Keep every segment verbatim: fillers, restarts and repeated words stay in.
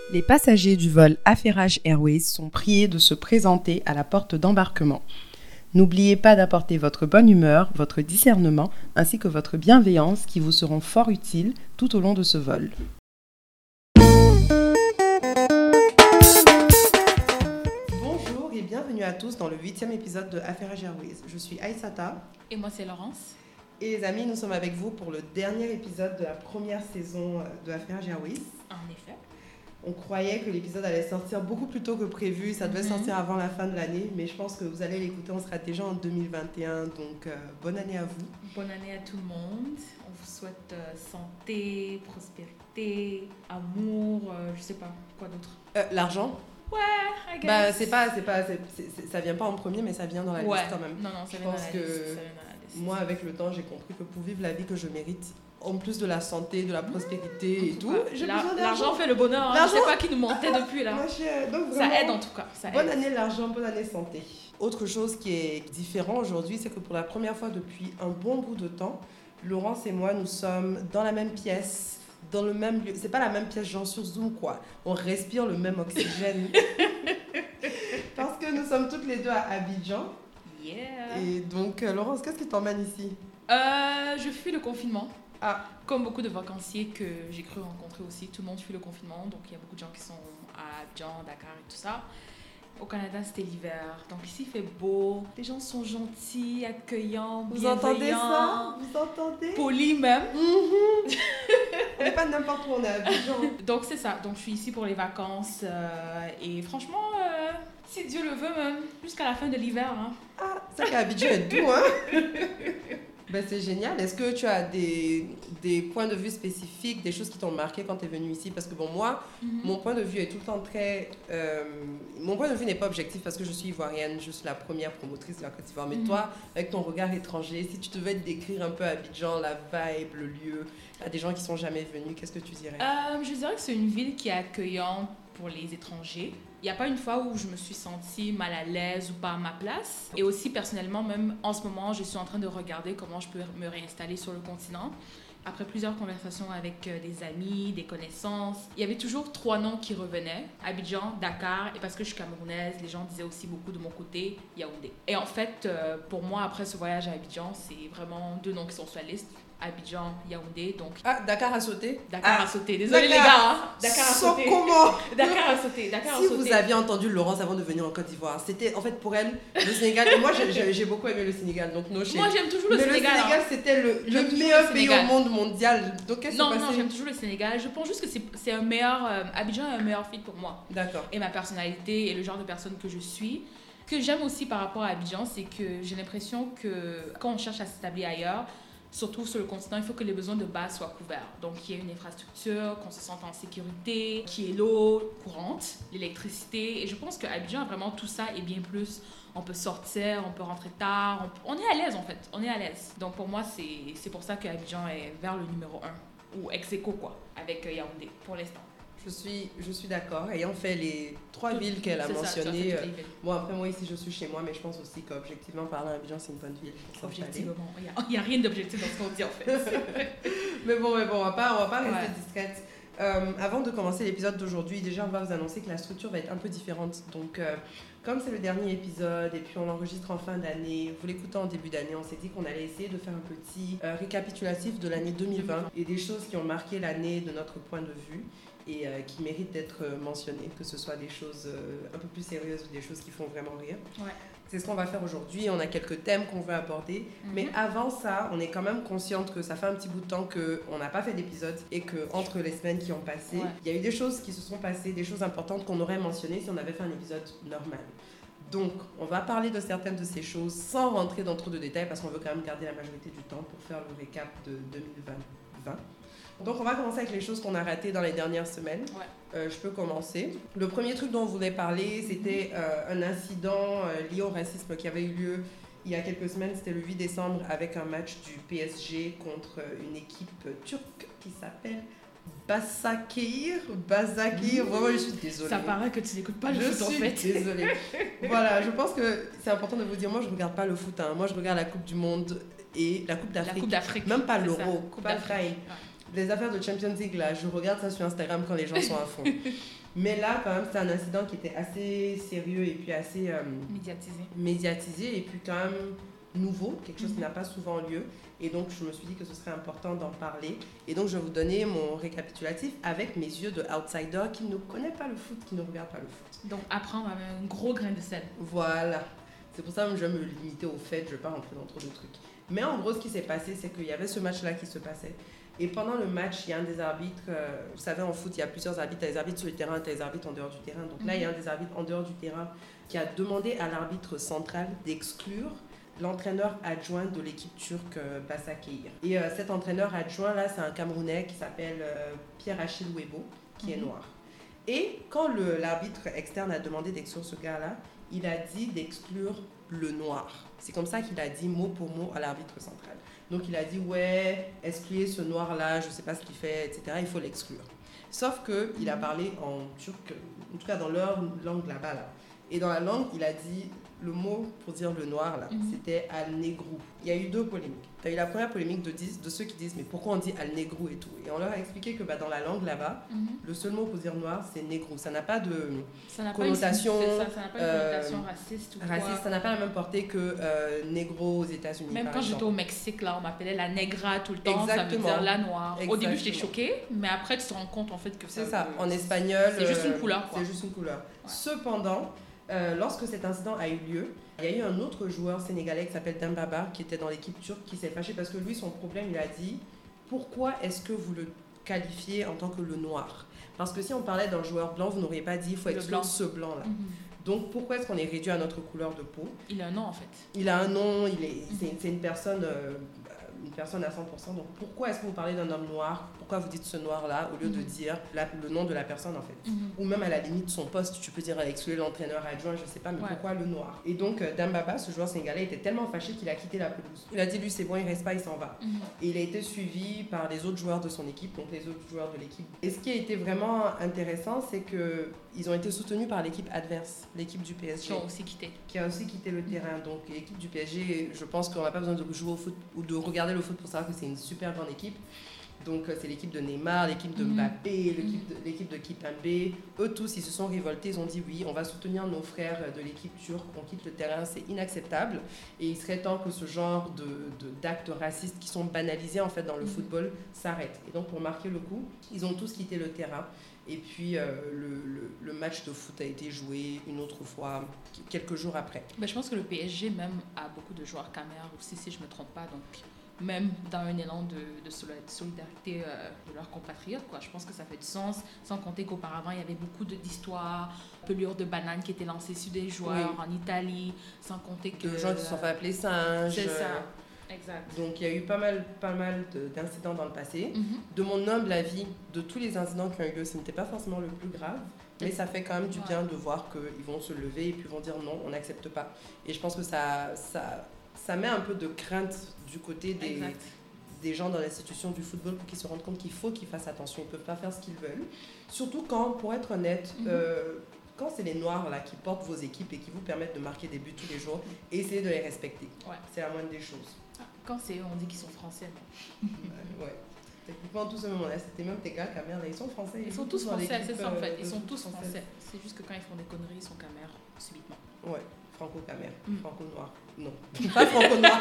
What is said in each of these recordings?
Les passagers du vol Affairage Airways sont priés de se présenter à la porte d'embarquement. N'oubliez pas d'apporter votre bonne humeur, votre discernement ainsi que votre bienveillance qui vous seront fort utiles tout au long de ce vol. Bonjour et bienvenue à tous dans le huitième épisode de Affairage Airways. Je suis Aïssata. Et moi c'est Laurence. Et les amis, nous sommes avec vous pour le dernier épisode de la première saison de Affairage Airways. En effet. On croyait que l'épisode allait sortir beaucoup plus tôt que prévu, ça devait mm-hmm. sortir avant la fin de l'année, mais je pense que vous allez l'écouter, on sera déjà en deux mille vingt et un, donc euh, bonne année à vous. Bonne année à tout le monde, on vous souhaite euh, santé, prospérité, amour, euh, je sais pas, quoi d'autre euh, L'argent Ouais, I guess. Bah, c'est pas, c'est pas, c'est, c'est, ça vient pas en premier, mais ça vient dans la ouais. liste quand même. Non, non, ça je vient pense dans la que liste, ça vient dans la liste. Moi, avec le temps, j'ai compris que pour vivre la vie que je mérite, en plus de la santé, de la prospérité mmh, et tout, j'ai la, besoin d'argent. L'argent fait le bonheur, hein. Je sais pas qui nous mentait depuis là. Moi, je, donc, vraiment, ça aide en tout cas. Ça bonne aide. année l'argent, bonne année santé. Autre chose qui est différent aujourd'hui, c'est que pour la première fois depuis un bon bout de temps, Laurence et moi, nous sommes dans la même pièce, dans le même lieu. C'est pas la même pièce, genre sur Zoom quoi. On respire le même oxygène. Parce que nous sommes toutes les deux à Abidjan. Yeah. Et donc, euh, Laurence, qu'est-ce qui t'emmène ici? euh, Je fuis le confinement. Ah. Comme beaucoup de vacanciers que j'ai cru rencontrer aussi, tout le monde fuit le confinement. Donc, il y a beaucoup de gens qui sont à Abidjan, Dakar et tout ça. Au Canada, c'était l'hiver. Donc, ici, il fait beau. Les gens sont gentils, accueillants, Vous bienveillants. Vous entendez ça? Vous entendez? Polis même. Mm-hmm. On n'est pas n'importe où, on est à Abidjan. Donc, c'est ça. Donc, je suis ici pour les vacances. Euh, et franchement... Euh, si Dieu le veut, même, jusqu'à la fin de l'hiver. Hein. Ah, ça qu'Abidjan est doux, hein? Ben, c'est génial. Est-ce que tu as des, des points de vue spécifiques, des choses qui t'ont marqué quand tu es venue ici? Parce que bon, moi, mm-hmm. mon point de vue est tout le temps très... Euh, mon point de vue n'est pas objectif parce que je suis ivoirienne, je suis la première promotrice de la Côte d'Ivoire. Mais mm-hmm. toi, avec ton regard étranger, si tu devais décrire un peu Abidjan, la vibe, le lieu, à des gens qui ne sont jamais venus, qu'est-ce que tu dirais? euh, Je dirais que c'est une ville qui est accueillante pour les étrangers. Il n'y a pas une fois où je me suis sentie mal à l'aise ou pas à ma place. Et aussi, personnellement, même en ce moment, je suis en train de regarder comment je peux me réinstaller sur le continent. Après plusieurs conversations avec des amis, des connaissances, il y avait toujours trois noms qui revenaient. Abidjan, Dakar, et parce que je suis camerounaise, les gens disaient aussi beaucoup de mon côté, Yaoundé. Et en fait, pour moi, après ce voyage à Abidjan, c'est vraiment deux noms qui sont sur la liste. Abidjan, Yaoundé, donc... Ah, Dakar a sauté? Dakar ah, a sauté, désolé Dakar, les gars, hein. Dakar a sauté. Comment? Dakar a sauté, Dakar si a sauté. Si vous aviez entendu Laurence avant de venir en Côte d'Ivoire, c'était en fait pour elle le Sénégal, et moi j'ai, j'ai beaucoup aimé le Sénégal, donc no shame. Moi j'aime toujours le Mais Sénégal. Mais le Sénégal hein. c'était le, le meilleur pays au monde mondial, donc qu'est-ce qui Non, s'est non, passé? j'aime toujours le Sénégal, je pense juste que c'est, c'est un meilleur... Euh, Abidjan est un meilleur fit pour moi. D'accord. Et ma personnalité et le genre de personne que je suis. Ce que j'aime aussi par rapport à Abidjan, c'est que j'ai l'impression que quand on cherche à s'établir ailleurs, surtout sur le continent, il faut que les besoins de base soient couverts. Donc, qu'il y ait une infrastructure, qu'on se sente en sécurité, qu'il y ait l'eau courante, l'électricité. Et je pense qu'Abidjan a vraiment tout ça et bien plus. On peut sortir, on peut rentrer tard. On, peut... on est à l'aise, en fait. On est à l'aise. Donc, pour moi, c'est, c'est pour ça qu'Abidjan est vers le numéro un. Ou ex aequo, quoi, avec Yaoundé, pour l'instant. Je suis, je suis d'accord. Ayant fait les trois Tout, villes qu'elle a mentionnées, ça, euh, bon après moi ici je suis chez moi, mais je pense aussi qu'objectivement parlant, Abidjan c'est une bonne ville. Objectivement, il n'y a, a rien d'objectif dans ce qu'on dit en fait. mais bon, mais bon, on va pas, on va pas rester ouais. discrète. Euh, avant de commencer l'épisode d'aujourd'hui, déjà on va vous annoncer que la structure va être un peu différente. Donc euh, comme c'est le dernier épisode et puis on l'enregistre en fin d'année, vous l'écoutez en début d'année, on s'est dit qu'on allait essayer de faire un petit euh, récapitulatif de l'année deux mille vingt et des choses qui ont marqué l'année de notre point de vue et euh, qui méritent d'être mentionnées, que ce soit des choses euh, un peu plus sérieuses ou des choses qui font vraiment rire. Ouais. C'est ce qu'on va faire aujourd'hui. On a quelques thèmes qu'on veut aborder. Mm-hmm. Mais avant ça, on est quand même consciente que ça fait un petit bout de temps qu'on n'a pas fait d'épisode et qu'entre les semaines qui ont passé, il ouais. y a eu des choses qui se sont passées, des choses importantes qu'on aurait mentionnées si on avait fait un épisode normal. Donc, on va parler de certaines de ces choses sans rentrer dans trop de détails parce qu'on veut quand même garder la majorité du temps pour faire le récap de deux mille vingt. Donc, on va commencer avec les choses qu'on a ratées dans les dernières semaines. Ouais. Euh, je peux commencer. Le premier truc dont on voulait parler, c'était euh, un incident euh, lié au racisme qui avait eu lieu il y a quelques semaines. C'était le huit décembre avec un match du P S G contre une équipe turque qui s'appelle Başakşehir. Başakşehir. Vraiment, je suis désolée. Ça paraît que tu n'écoutes pas le je foot en fait. Je suis désolée. Voilà, je pense que c'est important de vous dire, moi je ne regarde pas le foot. Hein. Moi je regarde la Coupe du Monde et la Coupe d'Afrique. La Coupe d'Afrique. Même pas c'est l'Euro. Ça. Coupe pas d'Afrique. Ouais. Les affaires de Champions League, là, je regarde ça sur Instagram quand les gens sont à fond. Mais là, quand même, c'était un incident qui était assez sérieux et puis assez... Euh, médiatisé. Médiatisé et puis quand même nouveau, quelque chose mm-hmm. qui n'a pas souvent lieu. Et donc, je me suis dit que ce serait important d'en parler. Et donc, je vais vous donner mon récapitulatif avec mes yeux de outsider qui ne connaît pas le foot, qui ne regarde pas le foot. Donc, après, on va mettre un gros grain de sel. Voilà. C'est pour ça que je vais me limiter aux faits, je ne vais pas rentrer dans trop de trucs. Mais en gros, ce qui s'est passé, c'est qu'il y avait ce match-là qui se passait. Et pendant le match, il y a un des arbitres, euh, vous savez, en foot, il y a plusieurs arbitres. Tu as les arbitres sur le terrain, tu as les arbitres en dehors du terrain. Donc mm-hmm. là, il y a un des arbitres en dehors du terrain qui a demandé à l'arbitre central d'exclure l'entraîneur adjoint de l'équipe turque euh, Başakşehir. Et euh, cet entraîneur adjoint-là, c'est un Camerounais qui s'appelle euh, Pierre-Achille Webo, qui mm-hmm. est noir. Et quand le, l'arbitre externe a demandé d'exclure ce gars-là, il a dit d'exclure le noir. C'est comme ça qu'il a dit mot pour mot à l'arbitre central. Donc il a dit, ouais, excluez ce noir-là, je ne sais pas ce qu'il fait, et cetera. Il faut l'exclure. Sauf qu'il a parlé en turc, en tout cas dans leur langue là-bas. Là. Et dans la langue, il a dit le mot pour dire le noir, là, mm-hmm. c'était al-negrou. Il y a eu deux polémiques. Tu as eu la première polémique de, de ceux qui disent, mais pourquoi on dit al-negrou et tout. Et on leur a expliqué que bah, dans la langue là-bas, mm-hmm. le seul mot pour dire noir, c'est negrou. Ça n'a pas de ça n'a connotation, pas une, ça, ça n'a pas de connotation euh, raciste ou raciste. Quoi. Ça n'a pas la même portée que euh, négro aux États-Unis. Même par quand exemple. J'étais au Mexique, là, on m'appelait la negra tout le temps. Exactement. Ça veut dire la noire. Exactement. Au début, j'étais choquée, mais après, tu te rends compte en fait que c'est ça. ça. En espagnol, c'est juste une couleur. Quoi. C'est juste une couleur. Ouais. Cependant, euh, lorsque cet incident a eu lieu, il y a eu un autre joueur sénégalais qui s'appelle Dembaba, qui était dans l'équipe turque, qui s'est fâché parce que lui, son problème, il a dit « Pourquoi est-ce que vous le qualifiez en tant que le noir ?» Parce que si on parlait d'un joueur blanc, vous n'auriez pas dit « Il faut exclure ce blanc-là mm-hmm. ». Donc, pourquoi est-ce qu'on est réduit à notre couleur de peau ? Il a un nom, en fait. Il a un nom, il est, mm-hmm. c'est, c'est une personne... Euh, une personne à cent pour cent. Donc, pourquoi est-ce que vous parlez d'un homme noir ? Pourquoi vous dites ce noir-là au lieu mm-hmm. de dire la, le nom de la personne, en fait ? Mm-hmm. Ou même à la limite, son poste, tu peux dire exclure l'entraîneur adjoint, je ne sais pas, mais ouais. pourquoi le noir ? Et donc, euh, Dembaba, ce joueur sénégalais, était tellement fâché qu'il a quitté la pelouse. Il a dit, lui, c'est bon, il ne reste pas, il s'en va. Mm-hmm. Et il a été suivi par les autres joueurs de son équipe, donc les autres joueurs de l'équipe. Et ce qui a été vraiment intéressant, c'est qu'ils ont été soutenus par l'équipe adverse, l'équipe du P S G. Qui a aussi quitté. Qui a aussi quitté le mm-hmm. terrain. Donc, l'équipe du P S G, je pense qu'on n'a pas besoin de jouer au foot ou de regarder le foot pour savoir que c'est une super grande équipe. Donc c'est l'équipe de Neymar, l'équipe de Mbappé, mm-hmm. l'équipe, de, l'équipe de Kimpembe. Eux tous, ils se sont révoltés, ils ont dit oui, on va soutenir nos frères de l'équipe turque, on quitte le terrain, c'est inacceptable. Et il serait temps que ce genre de, de, d'actes racistes qui sont banalisés en fait dans le mm-hmm. football s'arrêtent. Et donc pour marquer le coup, ils ont tous quitté le terrain. Et puis euh, le, le, le match de foot a été joué une autre fois, quelques jours après. Ben, je pense que le P S G même a beaucoup de joueurs camers aussi, si je ne me trompe pas. Donc... même dans un élan de, de solidarité euh, de leurs compatriotes, quoi. Je pense que ça fait du sens, sans compter qu'auparavant, il y avait beaucoup de, d'histoires, pelures de bananes qui étaient lancées sur des joueurs oui. en Italie, sans compter que... De gens qui se sont fait appeler singes. C'est ça, exact. Donc, il y a eu pas mal, pas mal de, d'incidents dans le passé. Mm-hmm. De mon humble avis, de tous les incidents qui ont eu lieu, ce n'était pas forcément le plus grave, mais ça fait quand même du bien ouais. de voir qu'ils vont se lever et puis vont dire non, on n'accepte pas. Et je pense que ça... ça ça met un peu de crainte du côté des, des gens dans l'institution du football pour qu'ils se rendent compte qu'il faut qu'ils fassent attention. Ils ne peuvent pas faire ce qu'ils veulent. Surtout quand, pour être honnête, mm-hmm. euh, quand c'est les Noirs là, qui portent vos équipes et qui vous permettent de marquer des buts tous les jours, essayez de les respecter. Ouais. C'est la moindre des choses. Quand c'est eux, on dit qu'ils sont français. ouais. ouais. Techniquement, tout ce moment-là, c'était même tes gars, Camer, là, ils sont français. Ils, ils sont tous français, c'est ça en fait. Ils sont tous français. français. C'est juste que quand ils font des conneries, ils sont Camer subitement. Ouais. Franco-Camer, mm. franco-noir. Non, pas franco-noir.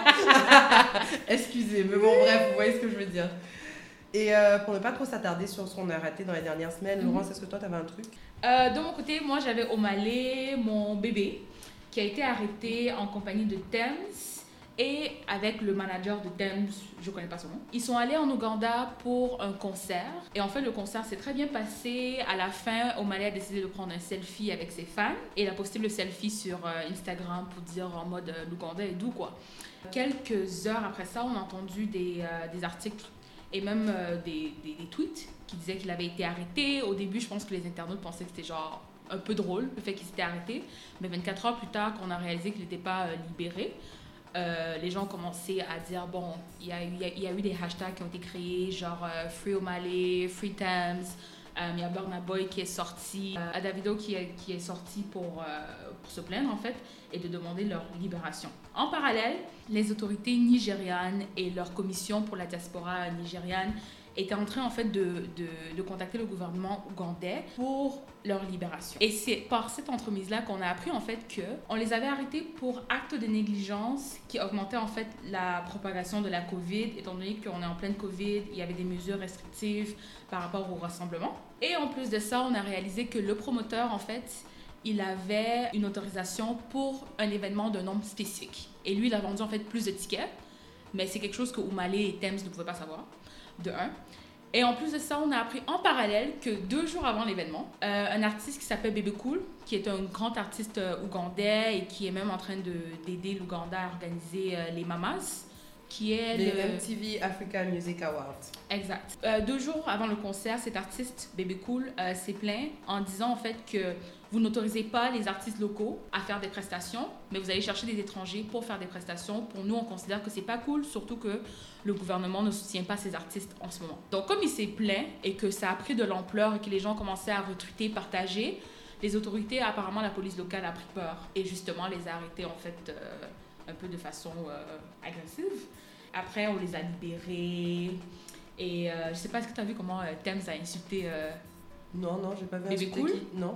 Excusez, mais bon, bref, vous voyez ce que je veux dire. Et euh, pour ne pas trop s'attarder sur ce qu'on a raté dans les dernières semaines, mm-hmm. Laurence, est-ce que toi, tu avais un truc euh, De mon côté, moi, j'avais Omalé, mon bébé, qui a été arrêté en compagnie de Thames et avec le manager de Thames, je ne connais pas son nom. Ils sont allés en Ouganda pour un concert. Et en fait, le concert s'est très bien passé. À la fin, Omalé a décidé de prendre un selfie avec ses fans. Et il a posté le selfie sur euh, Instagram pour dire en mode euh, l'Ouganda est doux, quoi. Quelques heures après ça, on a entendu des, euh, des articles et même euh, des, des, des tweets qui disaient qu'il avait été arrêté. Au début, je pense que les internautes pensaient que c'était genre un peu drôle, le fait qu'il s'était arrêté. Mais vingt-quatre heures plus tard, qu'on a réalisé qu'il n'était pas euh, libéré, Euh, les gens ont commencé à dire, bon, il y, y, y a eu des hashtags qui ont été créés, genre euh, Free Omalé, Free Thames, il euh, y a Burna Boy qui est sorti, euh, Davido qui est, qui est sorti pour, euh, pour se plaindre en fait et de demander leur libération. En parallèle, les autorités nigérianes et leur commission pour la diaspora nigériane étaient en train en fait de, de, de contacter le gouvernement ougandais pour leur libération. Et c'est par cette entremise-là qu'on a appris en fait qu'on les avait arrêtés pour acte de négligence qui augmentait en fait la propagation de la COVID, étant donné qu'on est en pleine COVID, il y avait des mesures restrictives par rapport au rassemblement. Et en plus de ça, on a réalisé que le promoteur en fait, il avait une autorisation pour un événement d'un nombre spécifique. Et lui, il a vendu en fait plus de tickets, mais c'est quelque chose que Omalé et Tems ne pouvaient pas savoir, de un. Et en plus de ça, on a appris en parallèle que deux jours avant l'événement, euh, un artiste qui s'appelle Bébé Cool, qui est un grand artiste euh, ougandais et qui est même en train de, d'aider l'Ouganda à organiser euh, les Mamas, qui est les le... M T V Africa Music Awards. Exact. Euh, deux jours avant le concert, cet artiste, Bébé Cool, euh, s'est plaint en disant en fait que vous n'autorisez pas les artistes locaux à faire des prestations, mais vous allez chercher des étrangers pour faire des prestations. Pour nous, on considère que c'est pas cool, surtout que le gouvernement ne soutient pas ces artistes en ce moment. Donc, comme il s'est plaint et que ça a pris de l'ampleur et que les gens commençaient à retweeter, partager, les autorités, apparemment la police locale a pris peur et justement les a arrêtés en fait euh, un peu de façon euh, agressive. Après, on les a libérés et euh, je sais pas, est-ce que tu as vu comment euh, Tems a insulté euh, Non, non, j'ai pas vu. Bébé Cool. Qui? Non.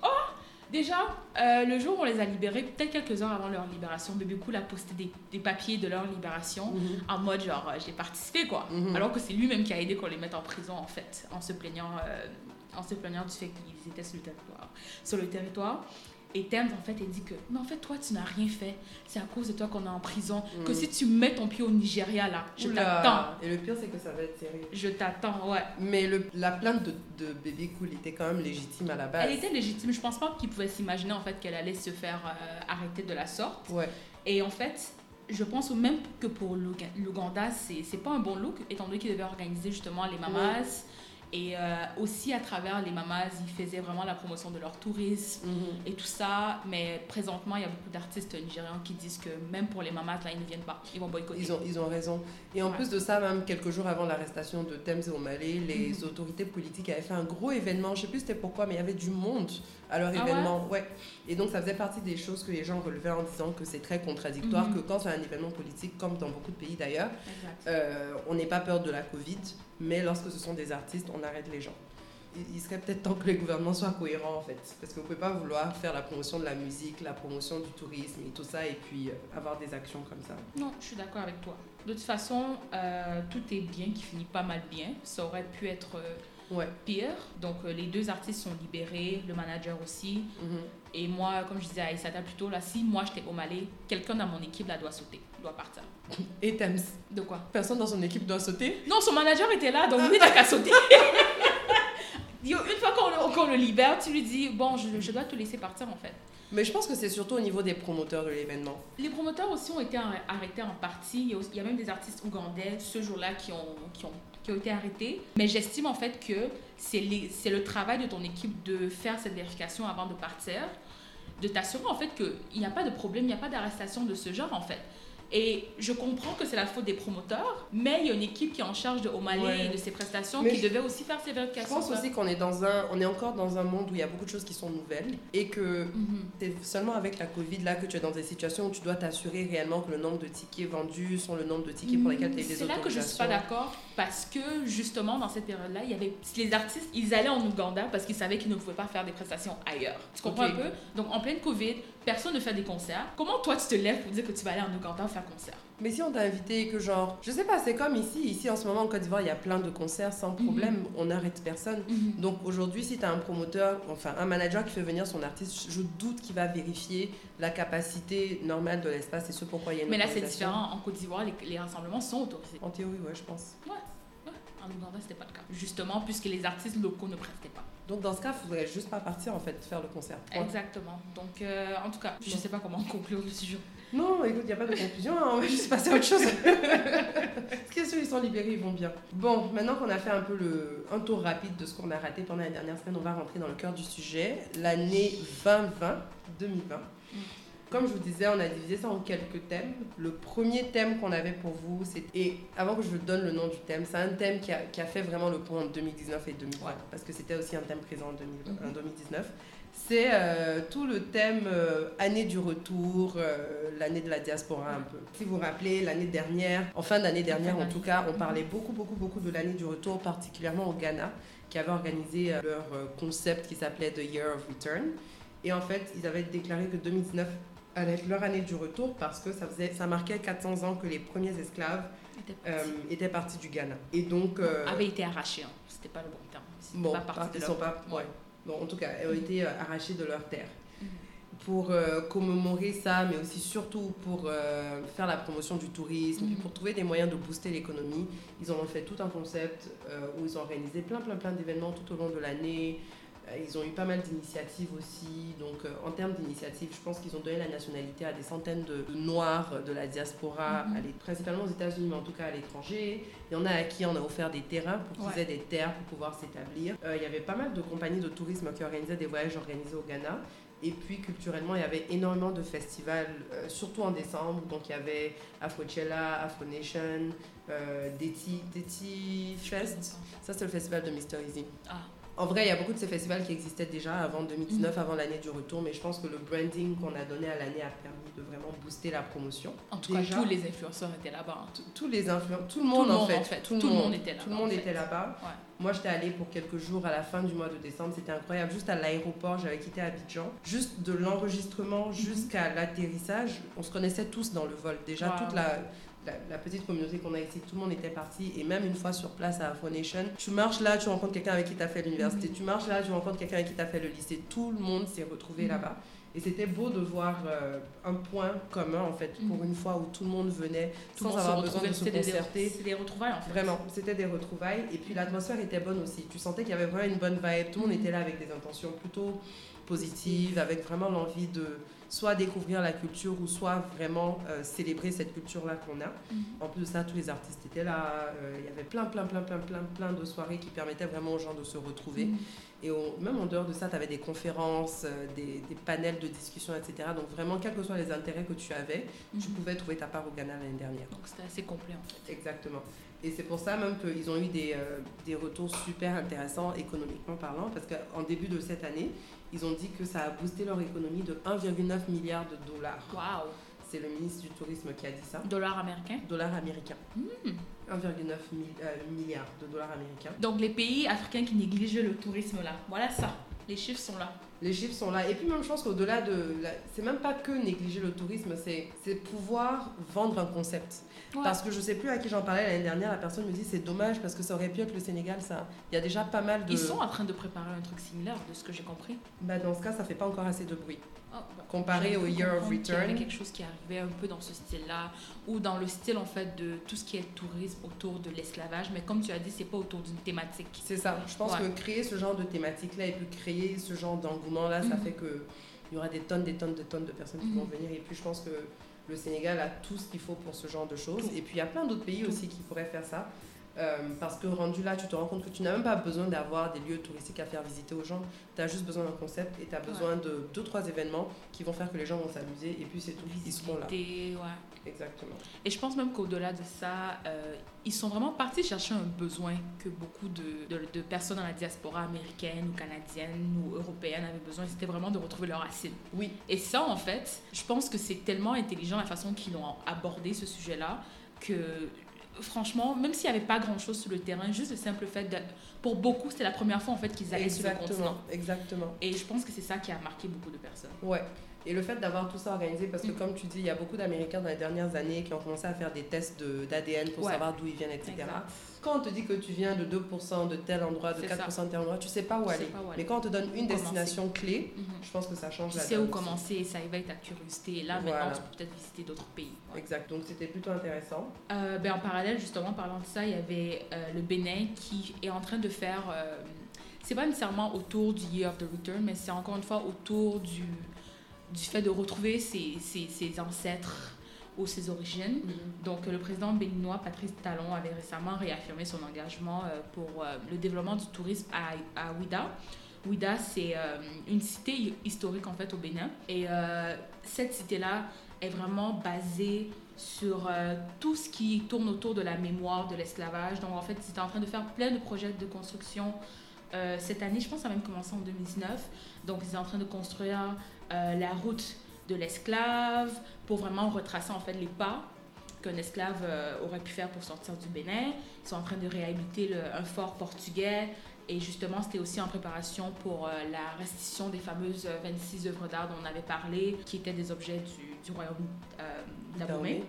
Déjà, euh, le jour où on les a libérés, peut-être quelques heures avant leur libération, Bébé Cool a posté des, des papiers de leur libération mm-hmm. en mode genre euh, j'ai participé quoi. Mm-hmm. Alors que c'est lui-même qui a aidé qu'on les mette en prison en fait, en se plaignant, euh, en se plaignant du fait qu'ils étaient sur le territoire. Sur le territoire. Et Tems en fait, il dit que mais en fait toi tu n'as rien fait, c'est à cause de toi qu'on est en prison. Mm. Que si tu mets ton pied au Nigeria là, je Oula. t'attends. Et le pire c'est que ça va être sérieux. Je t'attends, ouais. Mais le, la plainte de, de Bébé Cool était quand même légitime à la base. Elle était légitime, je pense pas qu'il pouvait s'imaginer en fait qu'elle allait se faire euh, arrêter de la sorte. Ouais. Et en fait, je pense même que pour l'Ouganda, c'est, c'est pas un bon look, étant donné qu'il devait organiser justement les Mamas. Ouais. Et euh, aussi, à travers les Mamas, ils faisaient vraiment la promotion de leur tourisme mm-hmm. et tout ça. Mais présentement, il y a beaucoup d'artistes nigérians qui disent que même pour les Mamas, là, ils ne viennent pas. Ils vont boycotter. Ils ont, ils ont raison. Et en ouais. plus de ça, même quelques jours avant l'arrestation de Tems et Omalé, les mm-hmm. autorités politiques avaient fait un gros événement. Je ne sais plus c'était pourquoi, mais il y avait du monde à leur ah événement. Ouais? Ouais. Et donc, ça faisait partie des choses que les gens relevaient en disant que c'est très contradictoire, mm-hmm. que quand c'est un événement politique, comme dans beaucoup de pays d'ailleurs, euh, on n'ait pas peur de la Covid. Mais lorsque ce sont des artistes, on arrête les gens. Il serait peut-être temps que les gouvernements soient cohérents en fait. Parce que vous ne pouvez pas vouloir faire la promotion de la musique, la promotion du tourisme et tout ça et puis euh, avoir des actions comme ça. Non, je suis d'accord avec toi. De toute façon, euh, tout est bien qui finit pas mal bien. Ça aurait pu être euh, ouais. pire. Donc euh, les deux artistes sont libérés, le manager aussi. Mm-hmm. Et moi, comme je disais à Aïssata plus tôt, là, si moi j'étais au Mali, quelqu'un dans mon équipe là doit sauter, doit partir. Et Tems. De quoi? Personne dans son équipe doit sauter? Non, son manager était là, donc lui, il n'a qu'à sauter. Une fois qu'on, qu'on le libère, tu lui dis, bon, je, je dois te laisser partir en fait. Mais je pense que c'est surtout au niveau des promoteurs de l'événement. Les promoteurs aussi ont été arrêtés en partie. Il y a, aussi, il y a même des artistes ougandais ce jour-là qui ont, qui, ont, qui ont été arrêtés. Mais j'estime en fait que c'est, les, c'est le travail de ton équipe de faire cette vérification avant de partir, de t'assurer en fait qu'il n'y a pas de problème, il n'y a pas d'arrestation de ce genre en fait. Et je comprends que c'est la faute des promoteurs, mais il y a une équipe qui est en charge de Omalé ouais. et de ses prestations mais qui je, devait aussi faire ses vérifications. Je pense aussi qu'on est, dans un, on est encore dans un monde où il y a beaucoup de choses qui sont nouvelles et que mm-hmm. c'est seulement avec la Covid là que tu es dans des situations où tu dois t'assurer réellement que le nombre de tickets vendus sont le nombre de tickets pour lesquels tu as des autorisations. C'est là que je ne suis pas d'accord parce que justement dans cette période-là, il y avait les artistes, ils allaient en Ouganda parce qu'ils savaient qu'ils ne pouvaient pas faire des prestations ailleurs. Tu comprends okay. un peu? Donc en pleine Covid, personne ne fait des concerts. Comment toi tu te lèves pour dire que tu vas aller en Ouganda faire concert? Mais si on t'a invité que genre, je sais pas, c'est comme ici, ici en ce moment en Côte d'Ivoire, il y a plein de concerts sans problème, mm-hmm. on n'arrête personne. Mm-hmm. Donc aujourd'hui, si tu as un promoteur, enfin un manager qui fait venir son artiste, je doute qu'il va vérifier la capacité normale de l'espace et ce pourquoi il y a une Mais là c'est différent, en Côte d'Ivoire, les, les rassemblements sont autorisés. En théorie, ouais, je pense. Ouais, ouais. En Ouganda, c'était pas le cas. Justement, puisque les artistes locaux ne prestaient pas. Donc dans ce cas, il faudrait juste pas partir en fait, faire le concert. Ouais. Exactement. Donc euh, en tout cas, je ne sais pas comment conclure le sujet. Non, écoute, il n'y a pas de conclusion, hein, on va juste passer à autre chose. Parce que ceux qui sont libérés, ils vont bien. Bon, maintenant qu'on a fait un peu le, un tour rapide de ce qu'on a raté pendant la dernière semaine, on va rentrer dans le cœur du sujet. L'année vingt vingt, deux mille vingt. Mm. comme je vous disais, on a divisé ça en quelques thèmes. Le premier thème qu'on avait pour vous, c'est... Et avant que je donne le nom du thème, c'est un thème qui a, qui a fait vraiment le pont entre deux mille dix-neuf et deux mille vingt, ouais. Parce que c'était aussi un thème présent en, deux mille vingt, mm-hmm. en deux mille dix-neuf. C'est euh, tout le thème euh, année du retour, euh, l'année de la diaspora un peu. Si vous vous rappelez, l'année dernière, en fin d'année dernière en tout cas, on parlait beaucoup, beaucoup, beaucoup de l'année du retour, particulièrement au Ghana, qui avait organisé euh, leur euh, concept qui s'appelait The Year of Return. Et en fait, ils avaient déclaré que deux mille dix-neuf allait être leur année du retour parce que ça, faisait, ça marquait quatre cents ans que les premiers esclaves euh, étaient partis du Ghana. Et donc... Euh, avaient été arrachés, hein. C'était pas le bon terme. Bon, pas partis ils de sont leur... pas... Ouais. Bon, en tout cas, elles ont été euh, arrachées de leur terre. Mm-hmm. Pour euh, commémorer ça, mais aussi surtout pour euh, faire la promotion du tourisme, mm-hmm. pour trouver des moyens de booster l'économie, ils ont fait tout un concept euh, où ils ont organisé plein, plein, plein d'événements tout au long de l'année. Ils ont eu pas mal d'initiatives aussi. Donc, euh, en termes d'initiatives, je pense qu'ils ont donné la nationalité à des centaines de, de Noirs de la diaspora, mm-hmm. à les, principalement aux États-Unis, mais en tout cas à l'étranger. Il y en a à qui on a offert des terrains pour qu'ils ouais. aient des terres pour pouvoir s'établir. Euh, il y avait pas mal de compagnies de tourisme qui organisaient des voyages organisés au Ghana. Et puis, culturellement, il y avait énormément de festivals, euh, surtout en décembre. Donc, il y avait Afrochella, Afro Nation, euh, Deti, Deti Fest. Ça, c'est le festival de mister Easy. Ah. En vrai, il y a beaucoup de ces festivals qui existaient déjà avant deux mille dix-neuf, mmh. avant l'année du retour, mais je pense que le branding qu'on a donné à l'année a permis de vraiment booster la promotion. En tout déjà, cas, tous les influenceurs étaient là-bas. Hein. Tous les influenceurs, tout le monde, tout le monde en, fait. en fait. Tout, tout le monde, monde était là-bas. Tout le monde était là-bas. Ouais. Moi, j'étais allée pour quelques jours à la fin du mois de décembre. C'était incroyable. Juste à l'aéroport, j'avais quitté Abidjan. Juste de l'enregistrement jusqu'à mmh. l'atterrissage, on se connaissait tous dans le vol. Déjà, wow. toute la... La, la petite communauté qu'on a ici, tout le monde était parti. Et même une fois sur place à Afro Nation, tu marches là, tu rencontres quelqu'un avec qui tu as fait l'université. Mm-hmm. Tu marches là, tu rencontres quelqu'un avec qui tu as fait le lycée. Tout le monde s'est retrouvé mm-hmm. là-bas. Et c'était beau de voir euh, un point commun, en fait, pour mm-hmm. une fois où tout le monde venait tout sans avoir besoin de se concerter. C'était des retrouvailles, en fait. Vraiment, c'était des retrouvailles. Et puis l'atmosphère était bonne aussi. Tu sentais qu'il y avait vraiment une bonne vibe. Tout le monde mm-hmm. était là avec des intentions plutôt positives, avec vraiment l'envie de... soit découvrir la culture ou soit vraiment euh, célébrer cette culture-là qu'on a. Mm-hmm. En plus de ça, tous les artistes étaient là. Euh, il y avait plein, plein, plein, plein, plein, plein de soirées qui permettaient vraiment aux gens de se retrouver. Mm-hmm. Et au, même en dehors de ça, tu avais des conférences, euh, des, des panels de discussion, et cetera. Donc vraiment, quels que soient les intérêts que tu avais, mm-hmm. tu pouvais trouver ta part au Ghana l'année dernière. Donc c'était assez complet en fait. Exactement. Et c'est pour ça même qu'ils ont eu des, euh, des retours super intéressants économiquement parlant, parce qu'en début de cette année, ils ont dit que ça a boosté leur économie de un virgule neuf milliard de dollars. Waouh! C'est le ministre du Tourisme qui a dit ça. Dollars américains? Dollars américains. Mmh. un virgule neuf milliard de dollars américains. Donc les pays africains qui négligent le tourisme là, voilà ça. Les chiffres sont là. Les chiffres sont là. Et puis même, je pense qu'au-delà de... La... C'est même pas que négliger le tourisme, c'est, c'est pouvoir vendre un concept. Ouais. Parce que je sais plus à qui j'en parlais l'année dernière, la personne me dit c'est dommage parce que ça aurait pu être le Sénégal, ça. Il y a déjà pas mal de... Ils sont en train de préparer un truc similaire, de ce que j'ai compris. Bah dans ce cas, ça fait pas encore assez de bruit. Oh, bah, comparé au Year of Return. Il y avait quelque chose qui arrivait un peu dans ce style-là, ou dans le style en fait de tout ce qui est tourisme autour de l'esclavage, mais comme tu as dit, c'est pas autour d'une thématique. C'est ça. Je pense ouais. que créer ce genre de thématique-là et puis créer ce genre d'engouement-là, mm-hmm. ça fait que il y aura des tonnes, des tonnes, de tonnes de personnes qui mm-hmm. vont venir. Et puis je pense que le Sénégal a tout ce qu'il faut pour ce genre de choses. Tout. Et puis il y a plein d'autres pays tout. aussi qui pourraient faire ça. Euh, parce que rendu là, tu te rends compte que tu n'as même pas besoin d'avoir des lieux touristiques à faire visiter aux gens. Tu as juste besoin d'un concept et tu as besoin ouais. de deux trois événements qui vont faire que les gens vont s'amuser et puis c'est tout. Ils seront là. Ouais. Exactement. Et je pense même qu'au-delà de ça, euh, ils sont vraiment partis chercher un besoin que beaucoup de, de, de personnes dans la diaspora américaine ou canadienne ou européenne avaient besoin. C'était vraiment de retrouver leurs racines. Oui. Et ça, en fait, je pense que c'est tellement intelligent la façon qu'ils ont abordé ce sujet-là que... Franchement, même s'il n'y avait pas grand-chose sur le terrain, juste le simple fait de... Pour beaucoup, c'était la première fois en fait qu'ils allaient sur le continent. Exactement. Et je pense que c'est ça qui a marqué beaucoup de personnes. Ouais. Et le fait d'avoir tout ça organisé, parce que mmh. comme tu dis, il y a beaucoup d'Américains dans les dernières années qui ont commencé à faire des tests de, d'A D N pour ouais. savoir d'où ils viennent, et cetera. Exact. Quand on te dit que tu viens de deux pour cent de tel endroit, de c'est quatre pour cent ça. de tel endroit, tu ne sais pas où, aller. Pas où aller. Mais quand on te donne une destination clé, mmh. je pense que ça change tu la donne. Tu sais où commencer, ça éveille ta curiosité. Et là, voilà. maintenant, tu peux peut-être visiter d'autres pays. Ouais. Exact. Donc, c'était plutôt intéressant. Euh, ben, en parallèle, justement, parlant de ça, il y avait euh, le Bénin qui est en train de faire... Euh, c'est pas nécessairement autour du Year of the Return, mais c'est encore une fois autour du... du fait de retrouver ses, ses, ses ancêtres ou ses origines. Mm-hmm. Donc, le président béninois, Patrice Talon, avait récemment réaffirmé son engagement pour le développement du tourisme à, à Ouidah, Ouidah, c'est euh, une cité historique en fait au Bénin. Et euh, cette cité-là est vraiment basée sur euh, tout ce qui tourne autour de la mémoire de l'esclavage. Donc en fait, ils étaient en train de faire plein de projets de construction. Euh, cette année, je pense que ça a même commencé en deux mille dix-neuf. Donc ils étaient en train de construire euh, la route de l'esclave pour vraiment retracer en fait les pas qu'un esclave euh, aurait pu faire pour sortir du Bénin. Ils sont en train de réhabiliter le, un fort portugais. Et justement, c'était aussi en préparation pour euh, la restitution des fameuses vingt-six œuvres d'art dont on avait parlé, qui étaient des objets du, du royaume euh, d'Abomey.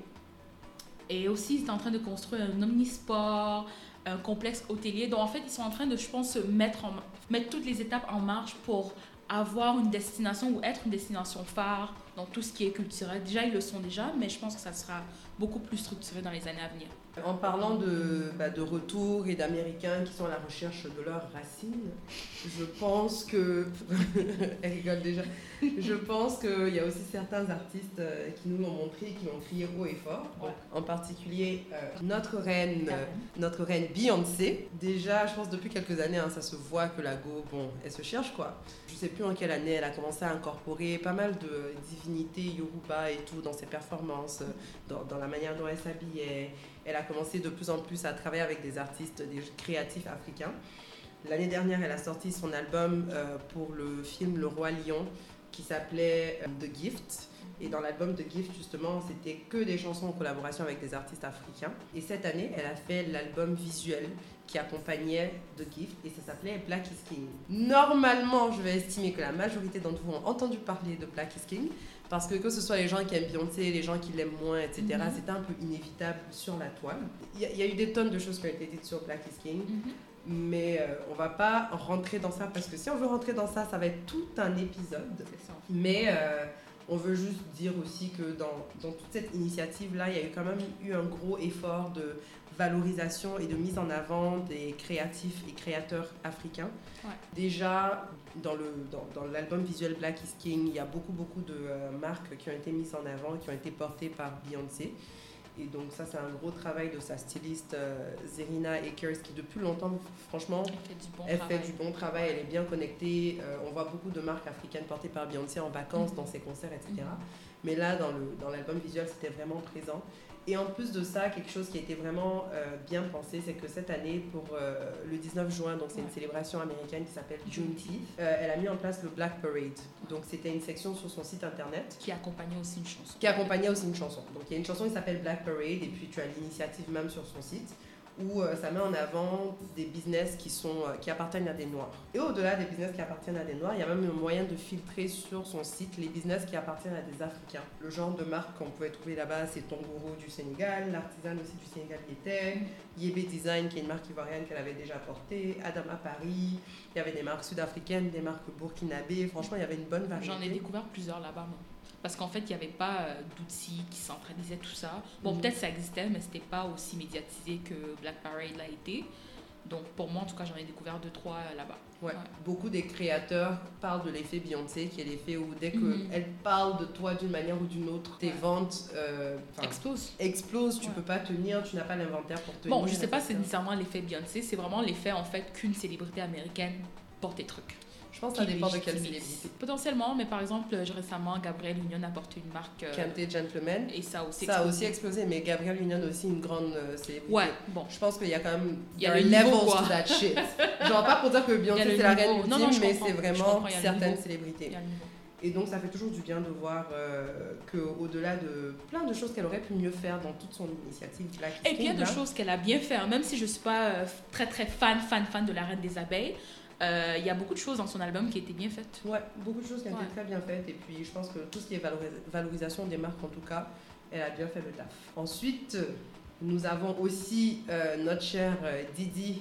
Et aussi, ils étaient en train de construire un omnisport, un complexe hôtelier. Donc, en fait, ils sont en train de, je pense, mettre, en, mettre toutes les étapes en marche pour avoir une destination ou être une destination phare dans tout ce qui est culturel. Déjà, ils le sont déjà, mais je pense que ça sera beaucoup plus structuré dans les années à venir. En parlant de, bah, de retour et d'Américains qui sont à la recherche de leurs racines, je pense que... Elle rigole déjà. Je pense qu'il y a aussi certains artistes qui nous l'ont montré, qui l'ont crié haut et fort. Ouais. En particulier, euh, notre reine, euh, notre reine Beyoncé. Déjà, je pense depuis quelques années, hein, ça se voit que la go, bon, elle se cherche quoi. Je ne sais plus en quelle année elle a commencé à incorporer pas mal de divinités Yoruba et tout dans ses performances, dans, dans la manière dont elle s'habillait. Elle a commencé de plus en plus à travailler avec des artistes, des créatifs africains. L'année dernière, elle a sorti son album euh, pour le film Le Roi Lion qui s'appelait euh, The Gift. Et dans l'album The Gift, justement, c'était que des chansons en collaboration avec des artistes africains. Et cette année, elle a fait l'album visuel qui accompagnait The Gift et ça s'appelait Black is King. Normalement, je vais estimer que la majorité d'entre vous ont entendu parler de Black is King parce que que ce soit les gens qui aiment Beyoncé, les gens qui l'aiment moins, et cetera, mm-hmm. c'était un peu inévitable sur la toile. Il y, a, il y a eu des tonnes de choses qui ont été dites sur Black is King, mm-hmm. mais euh, on va pas rentrer dans ça parce que si on veut rentrer dans ça, ça va être tout un épisode. C'est ça. Mais euh, on veut juste dire aussi que dans, dans toute cette initiative-là, il y a eu quand même eu un gros effort de valorisation et de mise en avant des créatifs et créateurs africains. Ouais. Déjà, dans, le, dans, dans l'album visuel Black is King, il y a beaucoup, beaucoup de euh, marques qui ont été mises en avant, qui ont été portées par Beyoncé. Et donc ça, c'est un gros travail de sa styliste euh, Zerina Akers, qui depuis longtemps, franchement, elle fait du bon, elle travail. Fait du bon travail, elle est bien connectée. Euh, on voit beaucoup de marques africaines portées par Beyoncé en vacances, mm-hmm. dans ses concerts, et cetera. Mm-hmm. Mais là, dans, le, dans l'album visuel, c'était vraiment présent. Et en plus de ça, quelque chose qui a été vraiment euh, bien pensé, c'est que cette année, pour euh, le dix-neuf juin, donc c'est ouais. une célébration américaine qui s'appelle Juneteenth, euh, elle a mis en place le Black Parade. Donc c'était une section sur son site internet. Qui accompagnait aussi une chanson. Qui accompagnait aussi une chanson. Donc il y a une chanson qui s'appelle Black Parade, et puis tu as l'initiative même sur son site, où euh, ça met en avant des business qui, sont, euh, qui appartiennent à des Noirs. Et au-delà des business qui appartiennent à des Noirs, il y a même un moyen de filtrer sur son site les business qui appartiennent à des Africains. Le genre de marque qu'on pouvait trouver là-bas, c'est Tongoro du Sénégal, l'Artisan aussi du Sénégal qui était, Yébé Design, qui est une marque ivoirienne qu'elle avait déjà portée, Adama Paris, il y avait des marques sud-africaines, des marques burkinabées, franchement il y avait une bonne variété. J'en ai découvert plusieurs là-bas, moi. Parce qu'en fait, il n'y avait pas euh, d'outils qui centralisaient tout ça. Bon, mmh. peut-être ça existait, mais ce n'était pas aussi médiatisé que Black Parade l'a été. Donc, pour moi, en tout cas, j'en ai découvert deux, trois euh, là-bas. Ouais. Ouais. Beaucoup des créateurs parlent de l'effet Beyoncé, qui est l'effet où dès qu'elle mmh. parle de toi d'une manière ou d'une autre, tes ouais. ventes euh, explosent. Explosent, tu ne ouais. peux pas tenir, tu n'as pas l'inventaire pour tenir. Bon, je ne sais pas si c'est nécessairement l'effet Beyoncé, c'est vraiment l'effet en fait qu'une célébrité américaine porte tes trucs. Je pense que ça dépend de quelle célébrité. Potentiellement, mais par exemple, récemment, Gabrielle Union a porté une marque... Euh, Kente Gentleman. Et ça a aussi explosé. Ça a aussi explosé, mais Gabrielle Union aussi une grande euh, célébrité. Ouais, bon. Je pense qu'il y a quand même... Il y a le levels to that shit. Genre pas pour dire que Beyoncé c'est la reine ultime, non, non, mais c'est vraiment certaines célébrités. Et donc ça fait toujours du bien de voir euh, qu'au-delà de plein de choses qu'elle aurait pu mieux faire dans toute son initiative Black is King. Et plein de choses qu'elle a bien fait, même si je ne suis pas euh, très très fan, fan, fan de la Reine des Abeilles. Il euh, y a beaucoup de choses dans son album qui étaient bien faites. Ouais, beaucoup de choses qui ont ouais. été très bien faites. Et puis, je pense que tout ce qui est valoris- valorisation des marques, en tout cas, elle a bien fait le taf. Ensuite, nous avons aussi euh, notre cher euh, Didi.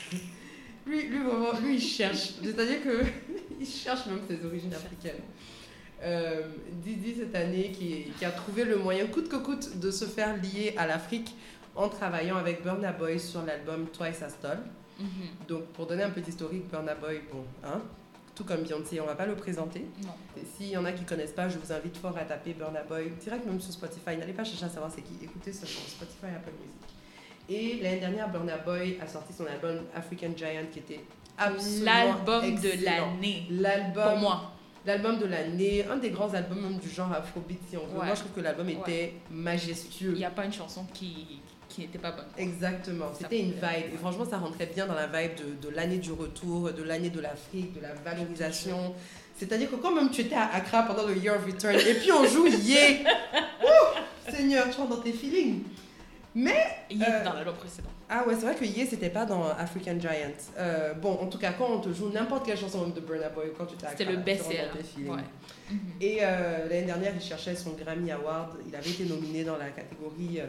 lui, lui, vraiment, lui, il cherche. C'est-à-dire qu'il cherche même ses origines africaines. Euh, Didi, cette année, qui, qui a trouvé le moyen, coûte que coûte, de se faire lier à l'Afrique en travaillant avec Burna Boy sur l'album Twice as Tall. Mm-hmm. Donc, pour donner un peu d'historique, Burna Boy, bon, hein, tout comme Beyoncé, on ne va pas le présenter. Non. S'il y en a qui ne connaissent pas, je vous invite fort à taper Burna Boy, direct même sur Spotify. N'allez pas chercher à savoir c'est qui, écoutez ce sur Spotify, Apple Music. Et l'année dernière, Burna Boy a sorti son album African Giant, qui était absolument l'album excellent. de l'année. L'album, pour moi. L'album de l'année, un des grands albums même du genre afrobeat, si on veut. Ouais. Moi, je trouve que l'album Ouais. était majestueux. Il n'y a pas une chanson qui, qui n'était pas bonne. Exactement, c'était une vibe. Et franchement, ça rentrait bien dans la vibe de, de l'année du retour, de l'année de l'Afrique, de la valorisation. C'est-à-dire que quand même tu étais à Accra pendant le Year of Return, et puis on joue Yeah! Ouh, Seigneur, tu rentres dans tes feelings. Mais... Il est euh, dans l'album précédent. Ah ouais, c'est vrai que Yeah, c'était pas dans African Giant. Euh, bon, en tout cas, quand on te joue n'importe quelle chanson même de Burna Boy, quand tu étais à Accra, C'était le tu rentres best-seller. dans tes feelings. Ouais. Mhm. Et euh, l'année dernière, il cherchait son Grammy Award. Il avait été nominé dans la catégorie euh,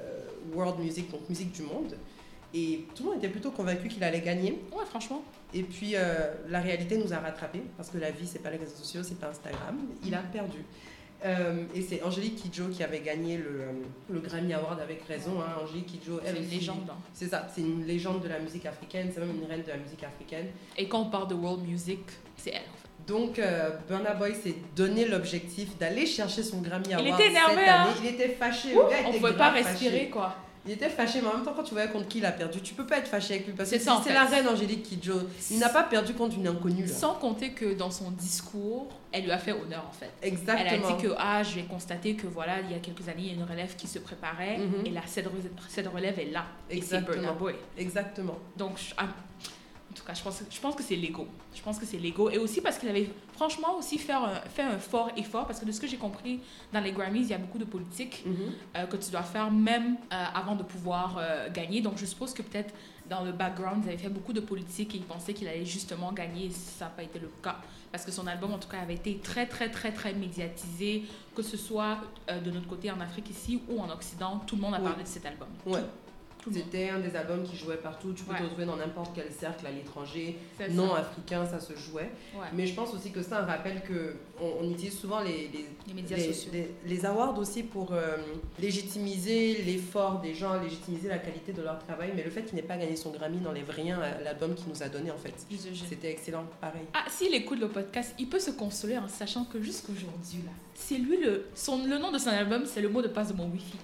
World Music, donc musique du monde. Et tout le monde était plutôt convaincu qu'il allait gagner. Ouais, franchement. Et puis euh, la réalité nous a rattrapés parce que la vie, c'est pas les réseaux sociaux, c'est pas Instagram. Il a perdu. Euh, et c'est Angélique Kidjo qui avait gagné le, le Grammy Award avec raison. Hein. Angélique Kidjo, elle C'est une aussi, légende. Hein. C'est ça, c'est une légende de la musique africaine, c'est même une reine de la musique africaine. Et quand on parle de world music, c'est elle en fait. Donc, euh, Burna Boy s'est donné l'objectif d'aller chercher son Grammy Award était énervé, cette hein. année. Il était fâché. Ouh, le gars on était pouvait pas grave respirer fâché. quoi. Il était fâché, mais en même temps, quand tu voyais contre qui il a perdu, tu peux pas être fâché avec lui parce que C'est ça, en c'est fait. la reine Angélique Kidjo. Il n'a pas perdu contre une inconnue. Là. Sans compter que dans son discours, elle lui a fait honneur en fait. Exactement. Elle a dit que ah, j'ai constaté que voilà, il y a quelques années, il y a une relève qui se préparait Mhm. et là, cette, re- cette relève est là. Et c'est Exactement. Burna Boy. Exactement. Donc, je- ah, en tout cas, je pense, je pense que c'est l'ego. Je pense que c'est l'ego. Et aussi parce qu'il avait franchement aussi fait un, fait un fort effort. Parce que de ce que j'ai compris, dans les Grammys, il y a beaucoup de politique Mhm. euh, que tu dois faire même euh, avant de pouvoir euh, gagner. Donc, je suppose que peut-être dans le background, ils avaient fait beaucoup de politique et ils pensaient qu'il allait justement gagner. Et ça n'a pas été le cas. Parce que son album, en tout cas, avait été très, très, très, très médiatisé. Que ce soit euh, de notre côté en Afrique ici ou en Occident, tout le monde a Oui. parlé de cet album. Ouais. Tout le monde. C'était un des albums qui jouait partout. Tu peux Ouais. te retrouver dans n'importe quel cercle à l'étranger. C'est Non ça. africain, ça se jouait. Ouais. Mais je pense aussi que c'est un rappel que on, on utilise souvent les, les, Les médias les, sociaux. les- les awards aussi pour euh, légitimiser l'effort des gens, légitimiser la qualité de leur travail. Mais le fait qu'il n'ait pas gagné son Grammy n'enlève rien à l'album qu'il nous a donné en fait. Je- je- C'était excellent, pareil. Ah, s'il écoute le podcast, il peut se consoler en sachant que jusqu'aujourd'hui, là, c'est lui le... Son, le nom de son album, c'est le mot de passe de mon Wi-Fi.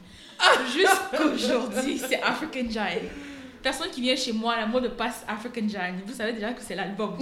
Jusqu'aujourd'hui, c'est African Giant. Personne qui vient chez moi, le mot de passe African Giant, vous savez déjà que c'est l'album.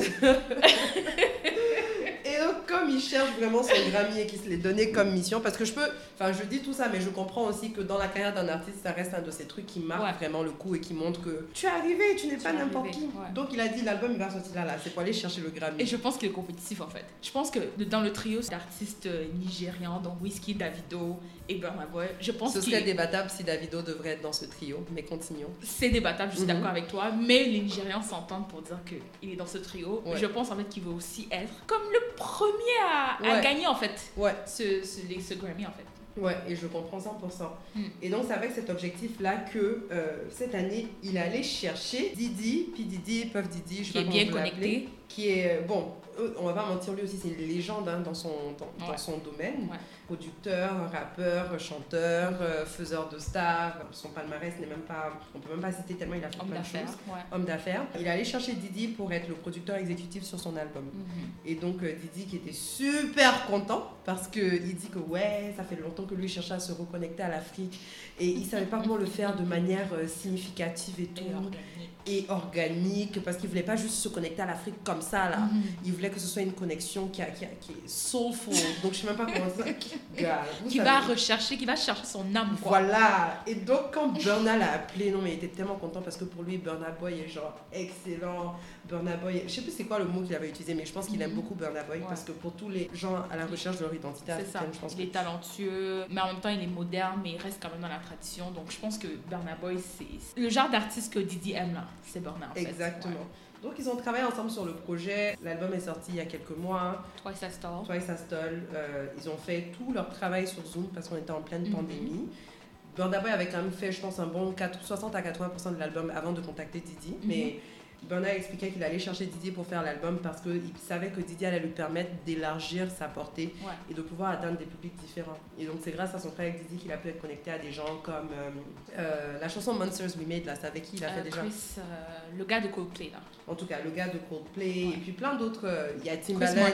Et donc, comme il cherche vraiment son Grammy et qu'il se l'est donné comme mission, parce que je peux, enfin, je dis tout ça, mais je comprends aussi que dans la carrière d'un artiste, ça reste un de ces trucs qui marque Ouais. vraiment le coup et qui montre que tu es arrivé, tu n'es Tu pas es n'importe arrivé, qui. ouais. Donc, il a dit l'album, il va sortir là, là, c'est pour aller chercher le Grammy. Et je pense qu'il est compétitif en fait. Je pense que dans le trio d'artistes euh, nigérians, donc Wizkid, Davido et Burna Boy, je pense Ce qu'il serait débattable si Davido devrait être dans ce trio, mais continuons. c'est débattable, je suis Mhm. d'accord avec toi, mais les Nigérians s'entendent pour dire qu'il est dans ce trio. Ouais. Je pense en fait qu'il veut aussi être comme le premier à, à Ouais. gagner en fait Ouais, ce, ce, les- ce Grammy en fait. ouais, et je comprends cent pour cent. Mm. Et donc, c'est avec cet objectif-là que euh, cette année, il est allé chercher Didi, P. Diddy, Puff Diddy, je sais Qui pas est comment bien vous l'appelez, connecté. qui est, bon, eux, on va pas mentir, lui aussi, c'est une légende hein, dans, son, dans, dans Ouais. son domaine. Ouais. Producteur, rappeur, chanteur, euh, faiseur de stars. Son palmarès n'est même pas, on peut même pas citer tellement il a fait Homme plein de d'affaires. choses. Ouais. Homme d'affaires. Il est allé chercher Didi pour être le producteur exécutif sur son album. Mhm. Et donc euh, Didi qui était super content parce qu'il dit que ouais, ça fait longtemps que lui cherchait à se reconnecter à l'Afrique et il savait pas comment le faire de manière euh, significative et tout Et organique. et organique parce qu'il voulait pas juste se connecter à l'Afrique comme ça là. Mhm. Il voulait que ce soit une connexion qui, a, qui, a- qui est soulful. Donc je sais même pas comment ça. Gars, vous Qui savez. va rechercher, qui va chercher son âme quoi. Voilà. Et donc quand Burna l'a appelé, non mais il était tellement content parce que pour lui Burna Boy est genre excellent. Burna Boy, je sais plus c'est quoi le mot qu'il avait utilisé, mais je pense qu'il aime Mhm. beaucoup Burna Boy Ouais. parce que pour tous les gens à la recherche de leur identité C'est ça. africaine, je pense Il est que talentueux, mais en même temps il est moderne, mais il reste quand même dans la tradition. Donc je pense que Burna Boy, c'est le genre d'artiste que Didi aime là. C'est Burna en fait. exactement. Ouais. Donc ils ont travaillé ensemble sur le projet. L'album est sorti il y a quelques mois. Twice as tall. Twice as Tall, euh, ils ont fait tout leur travail sur Zoom parce qu'on était en pleine Mhm. pandémie. Burna Boy avait quand même fait, je pense, un bon quatre- soixante à quatre-vingts pour cent de l'album avant de contacter Didi. Mhm. Mais Burna expliquait qu'il allait chercher Didi pour faire l'album parce qu'il savait que Didi allait lui permettre d'élargir sa portée Ouais. et de pouvoir atteindre des publics différents. Et donc c'est grâce à son travail avec Didi qu'il a pu être connecté à des gens comme euh, euh, la chanson Monsters We Made, là, c'est avec qui il a fait Euh, déjà Chris, euh, le gars de Coldplay là. En tout cas, le gars de Coldplay Ouais. et puis plein d'autres. euh, Il y a Chris Timbaland. Martin.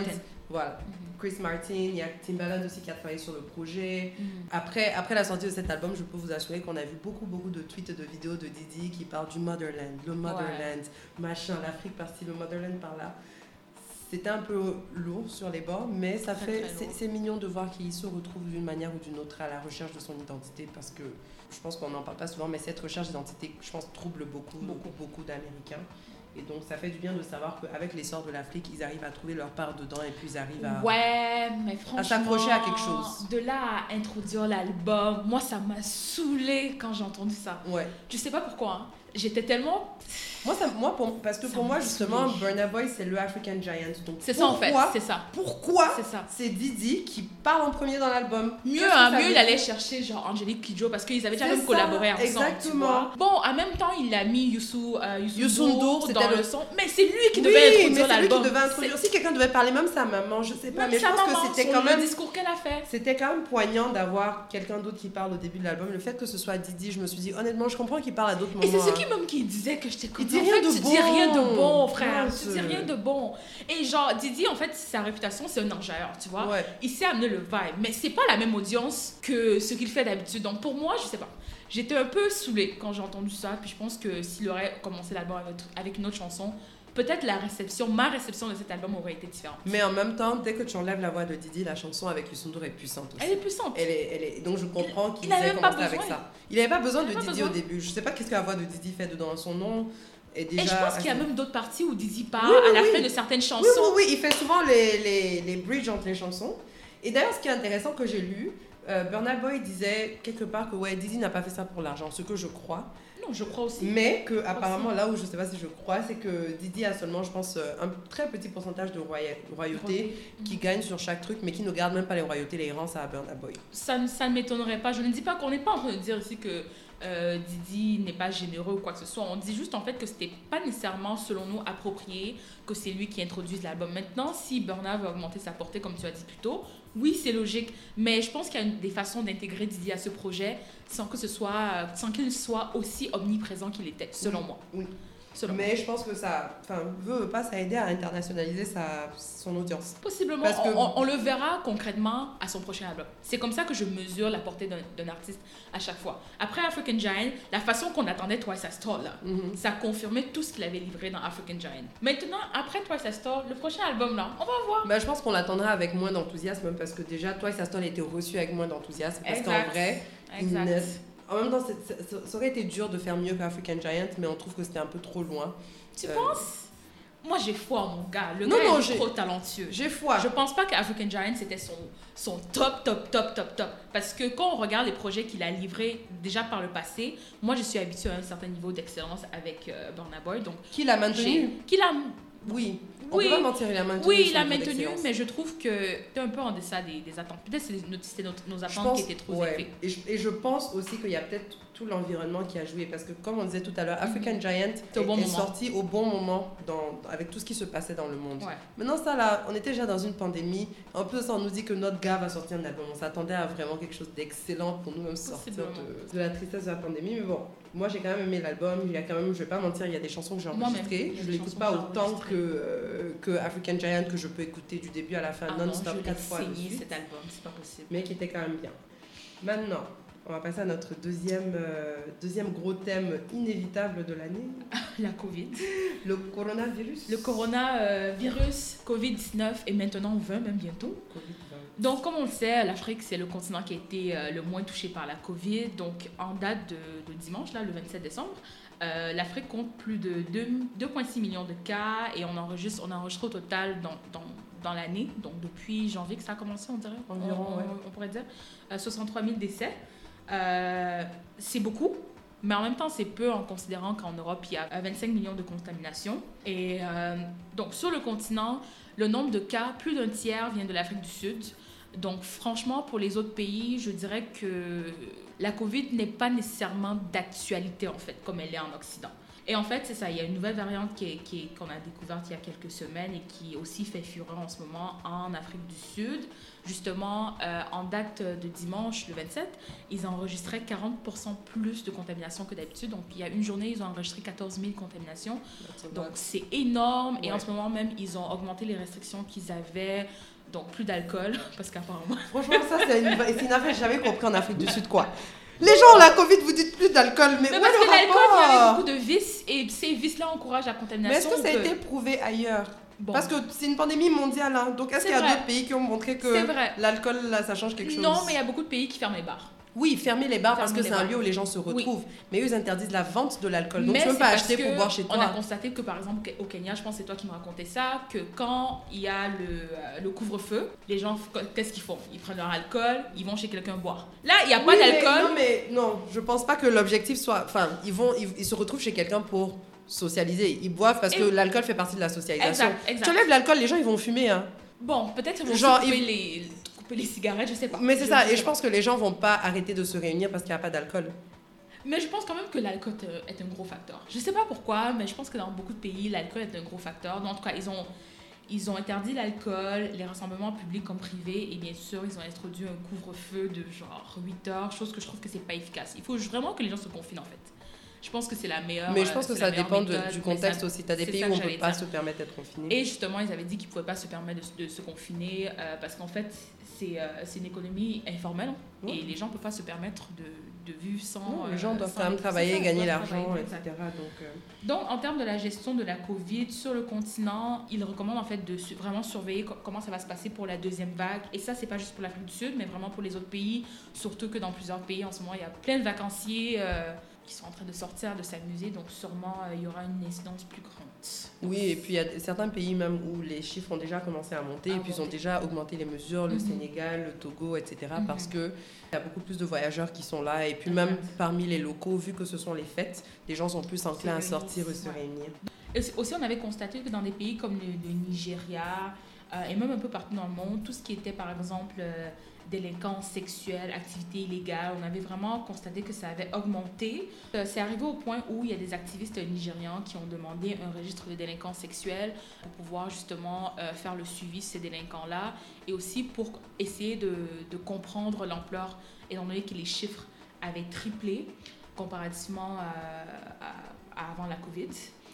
Voilà. Mm-hmm. Chris Martin, il y a Timbaland aussi qui a travaillé sur le projet. Mm-hmm. Après, après la sortie de cet album, je peux vous assurer qu'on a vu beaucoup, beaucoup de tweets et de vidéos de Diddy qui parlent du Motherland, le Motherland, ouais. machin, l'Afrique par-ci, le Motherland par-là. C'était un peu lourd sur les bords, mais ça très, fait, très c'est, c'est mignon de voir qu'il se retrouve d'une manière ou d'une autre à la recherche de son identité, parce que je pense qu'on n'en parle pas souvent, mais cette recherche d'identité, je pense, trouble beaucoup, beaucoup, beaucoup d'Américains. Et donc, ça fait du bien de savoir qu'avec l'essor de l'Afrique, ils arrivent à trouver leur part dedans et puis ils arrivent à, ouais, mais franchement, à s'accrocher à quelque chose. De là à introduire l'album, moi, ça m'a saoulée quand j'ai entendu ça. Ouais. Je sais pas pourquoi, hein. J'étais tellement... Moi, ça, moi pour, parce que ça pour moi, justement, saoulé. Burna Boy, c'est le African Giant. Donc c'est ça, en fait, c'est ça. Pourquoi c'est, ça. c'est Diddy qui parle en premier dans l'album? Mieux, hein, mieux il allait chercher genre Angélique Kidjo parce qu'ils avaient déjà même ça, collaboré ensemble. Exactement. Bon, en même temps, il a mis Youssou, euh, Youssou, Youssou N'Dour dans le... le son. Mais c'est lui qui devait oui, introduire l'album. Oui, mais c'est lui qui devait introduire. Si quelqu'un devait parler, même sa maman, je sais pas. Même mais je pense maman, que c'était quand même... le discours qu'elle a fait. C'était quand même poignant d'avoir quelqu'un d'autre qui parle au début de l'album. Le fait que ce soit Diddy, je me suis dit, honnêtement, je comprends qu'il parle à d'autres moments. Et c'est ce qui même qui disait que j'étais Il dit rien de tu bon. dis rien de bon, frère. Non, tu dis rien de bon. Et genre, Diddy, en fait, sa réputation, c'est un enjailleur, tu vois. Ouais. Il sait amener le vibe. Mais c'est pas la même audience que ce qu'il fait d'habitude. Donc pour moi, je sais pas. J'étais un peu saoulée quand j'ai entendu ça. Puis je pense que s'il aurait commencé l'album avec une autre chanson, peut-être la réception, ma réception de cet album aurait été différente. Mais en même temps, dès que tu enlèves la voix de Diddy, la chanson avec Youssou N'Dour est puissante aussi. Elle est puissante. Elle est, elle est... Donc je comprends qu'il ait commencé avec ça. Il n'avait pas besoin de Diddy besoin. au début. Je sais pas qu'est-ce que la voix de Diddy fait dedans. Son nom est déjà... Et je pense qu'il y a même d'autres parties où Diddy parle oui, oui, à la oui. fin de certaines chansons. Oui, oui, oui. Il fait souvent les, les, les bridges entre les chansons. Et d'ailleurs, ce qui est intéressant que j'ai lu, euh, Burna Boy disait quelque part que ouais, Diddy n'a pas fait ça pour l'argent, ce que je crois. Non, je crois aussi. Mais que apparemment là où je sais pas si je crois, c'est que Diddy a seulement, je pense, un très petit pourcentage de roya- royauté qui gagne sur chaque truc, mais qui ne garde même pas les royautés, les rend ça à Burna Boy. Ça, ça ne m'étonnerait pas. Je ne dis pas qu'on n'est pas en train de dire ici que euh, Diddy n'est pas généreux ou quoi que ce soit. On dit juste en fait que c'était pas nécessairement, selon nous, approprié que c'est lui qui introduise l'album. Maintenant, si Burna veut augmenter sa portée, comme tu as dit plus tôt, oui, c'est logique. Mais je pense qu'il y a une, des façons d'intégrer Diddy à ce projet sans que ce soit, sans qu'il soit aussi omniprésent qu'il était, selon oui. moi. Oui. Selon mais moi. je pense que ça, enfin, veut, veut pas, ça a aidé à internationaliser sa, son audience. Possiblement. Parce que... on, on, on le verra concrètement à son prochain album. C'est comme ça que je mesure la portée d'un, d'un artiste à chaque fois. Après African Giant, la façon qu'on attendait Twice as Tall, là, mm-hmm. ça confirmait tout ce qu'il avait livré dans African Giant. Maintenant, après Twice as Tall, le prochain album, là, on va voir. Ben, je pense qu'on l'attendra avec moins d'enthousiasme parce que déjà, Twice as Tall a été reçu avec moins d'enthousiasme. Parce exact. qu'en vrai, exact. Ne... en même temps, c'est, c'est, ça aurait été dur de faire mieux qu'African Giant, mais on trouve que c'était un peu trop loin. Tu euh... penses? Moi, j'ai foi en mon gars. Le non, gars non, est j'ai... trop talentueux. J'ai foi. Je pense pas qu'African Giant, c'était son, son top, top, top, top, top. Parce que quand on regarde les projets qu'il a livrés déjà par le passé, moi, je suis habituée à un certain niveau d'excellence avec euh, Burna Boy. Donc, qu'il a maintenu. Qu'il a... Oui. On oui, peut pas mentir, il a maintenu. Oui, il a maintenu, mais je trouve que c'est un peu en deçà des, des attentes. Peut-être que c'était, c'était nos, nos attentes pense, qui étaient trop ouais. élevées. Et je, et je pense aussi qu'il y a peut-être tout l'environnement qui a joué. Parce que, comme on disait tout à l'heure, African mm-hmm. Giant est, bon est sorti au bon moment dans, avec tout ce qui se passait dans le monde. Ouais. Maintenant, ça là, on était déjà dans une pandémie. En plus, on nous dit que notre gars va sortir un album. On s'attendait à vraiment quelque chose d'excellent pour nous-mêmes sortir de, de la tristesse de la pandémie. Mais bon, moi j'ai quand même aimé l'album. Il y a quand même, je vais pas mentir, il y a des chansons que j'ai enregistrées. Je ne l'écoute pas autant que, euh, que African Giant, que je peux écouter du début à la fin, ah non-stop, quatre fois de suite. Cet album, c'est pas possible. Mais qui était quand même bien. Maintenant, on va passer à notre deuxième, euh, deuxième gros thème inévitable de l'année. La Covid. Le coronavirus. Le coronavirus, covid dix-neuf et maintenant vingt même bientôt. covid vingt. Donc, comme on le sait, l'Afrique, c'est le continent qui a été euh, le moins touché par la Covid. Donc, en date de, de dimanche, là, le vingt-sept décembre, euh, l'Afrique compte plus de deux virgule six millions de cas et on enregistre, on enregistre au total dans, dans, dans l'année, donc depuis janvier que ça a commencé, on dirait, environ, on, ouais. on, on pourrait dire, euh, soixante-trois mille décès. Euh, c'est beaucoup, mais en même temps, c'est peu en considérant qu'en Europe, il y a vingt-cinq millions de contaminations. Et euh, donc, sur le continent, le nombre de cas, plus d'un tiers vient de l'Afrique du Sud. Donc, franchement, pour les autres pays, je dirais que la COVID n'est pas nécessairement d'actualité, en fait, comme elle est en Occident. Et en fait, c'est ça, il y a une nouvelle variante qui est, qui est, qu'on a découverte il y a quelques semaines et qui aussi fait fureur en ce moment en Afrique du Sud. Justement, euh, en date de dimanche, le vingt-sept, ils enregistraient quarante pour cent plus de contamination que d'habitude. Donc, il y a une journée, ils ont enregistré quatorze mille contaminations. Donc, c'est énorme. Ouais. Et en ce moment même, ils ont augmenté les restrictions qu'ils avaient. Donc, plus d'alcool, parce qu'apparemment... Franchement, ça, c'est une, c'est une affaire que j'avais compris en Afrique du Sud, quoi. Les gens ont la Covid, vous dites plus d'alcool, mais, mais où parce est le que l'alcool, rapport? il y avait beaucoup de vices, et ces vices-là encouragent la contamination. Mais est-ce que ça a que... été prouvé ailleurs? Bon. Parce que c'est une pandémie mondiale, hein. Donc est-ce c'est qu'il y a vrai. d'autres pays qui ont montré que l'alcool, là, ça change quelque chose? Non, mais il y a beaucoup de pays qui ferment les bars. Oui, fermer les bars fermer parce que c'est bars. un lieu où les gens se retrouvent. Oui. Mais eux, ils interdisent la vente de l'alcool. Donc mais tu ne peux pas acheter pour boire chez toi. On a constaté que, par exemple, au Kenya, je pense que c'est toi qui me racontais ça, que quand il y a le, le couvre-feu, les gens, qu'est-ce qu'ils font? Ils prennent leur alcool, ils vont chez quelqu'un boire. Là, il n'y a oui, pas d'alcool. Non, mais non, je ne pense pas que l'objectif soit... Enfin, ils, vont, ils, ils se retrouvent chez quelqu'un pour socialiser. Ils boivent parce Et... que l'alcool fait partie de la socialisation. Exact, exact. Tu enlèves l'alcool, les gens, ils vont fumer. Hein. Bon, peut-être qu'ils vont Genre, couper ils... les... les cigarettes, je sais pas. Mais c'est je ça, et je pas. pense que les gens vont pas arrêter de se réunir parce qu'il n'y a pas d'alcool. Mais je pense quand même que l'alcool est un gros facteur. Je sais pas pourquoi, mais je pense que dans beaucoup de pays, l'alcool est un gros facteur. Donc, en tout cas, ils ont, ils ont interdit l'alcool, les rassemblements publics comme privés, et bien sûr, ils ont introduit un couvre-feu de genre huit heures, chose que je trouve que c'est pas efficace. Il faut vraiment que les gens se confinent, en fait. Je pense que c'est la meilleure. Mais je pense que ça dépend méthode, de, du contexte ça, aussi. Tu as des pays où on ne peut pas dire. se permettre d'être confiné. Et justement, ils avaient dit qu'ils ne pouvaient pas se permettre de, de se confiner euh, parce qu'en fait, c'est, euh, c'est une économie informelle mmh. et les gens ne peuvent pas se permettre de, de vivre sans. Mmh, les gens euh, doivent quand même travailler, ça, gagner l'argent, travailler, et cetera. Donc, euh... donc, en termes de la gestion de la Covid sur le continent, ils recommandent en fait de su- vraiment surveiller co- comment ça va se passer pour la deuxième vague. Et ça, c'est pas juste pour l'Afrique du Sud, mais vraiment pour les autres pays. Surtout que dans plusieurs pays, en ce moment, il y a plein de vacanciers. Euh, qui sont en train de sortir, de s'amuser, donc sûrement euh, il y aura une incidence plus grande. Oui, et puis il y a certains pays même où les chiffres ont déjà commencé à monter, à et puis monter. Ils ont déjà augmenté les mesures, le mm-hmm. Sénégal, le Togo, et cetera, mm-hmm. parce qu'il y a beaucoup plus de voyageurs qui sont là, et puis mm-hmm. même parmi les locaux, vu que ce sont les fêtes, les gens sont plus enclins à sortir et se ouais. réunir. Et aussi, on avait constaté que dans des pays comme le, le Nigeria, euh, et même un peu partout dans le monde, tout ce qui était par exemple... Euh, délinquance sexuelle, activités illégales. On avait vraiment constaté que ça avait augmenté. Euh, c'est arrivé au point où il y a des activistes nigérians qui ont demandé un registre de délinquance sexuelle pour pouvoir justement euh, faire le suivi de ces délinquants-là et aussi pour essayer de, de comprendre l'ampleur, étant donné que les chiffres avaient triplé comparativement euh, à, à avant la Covid.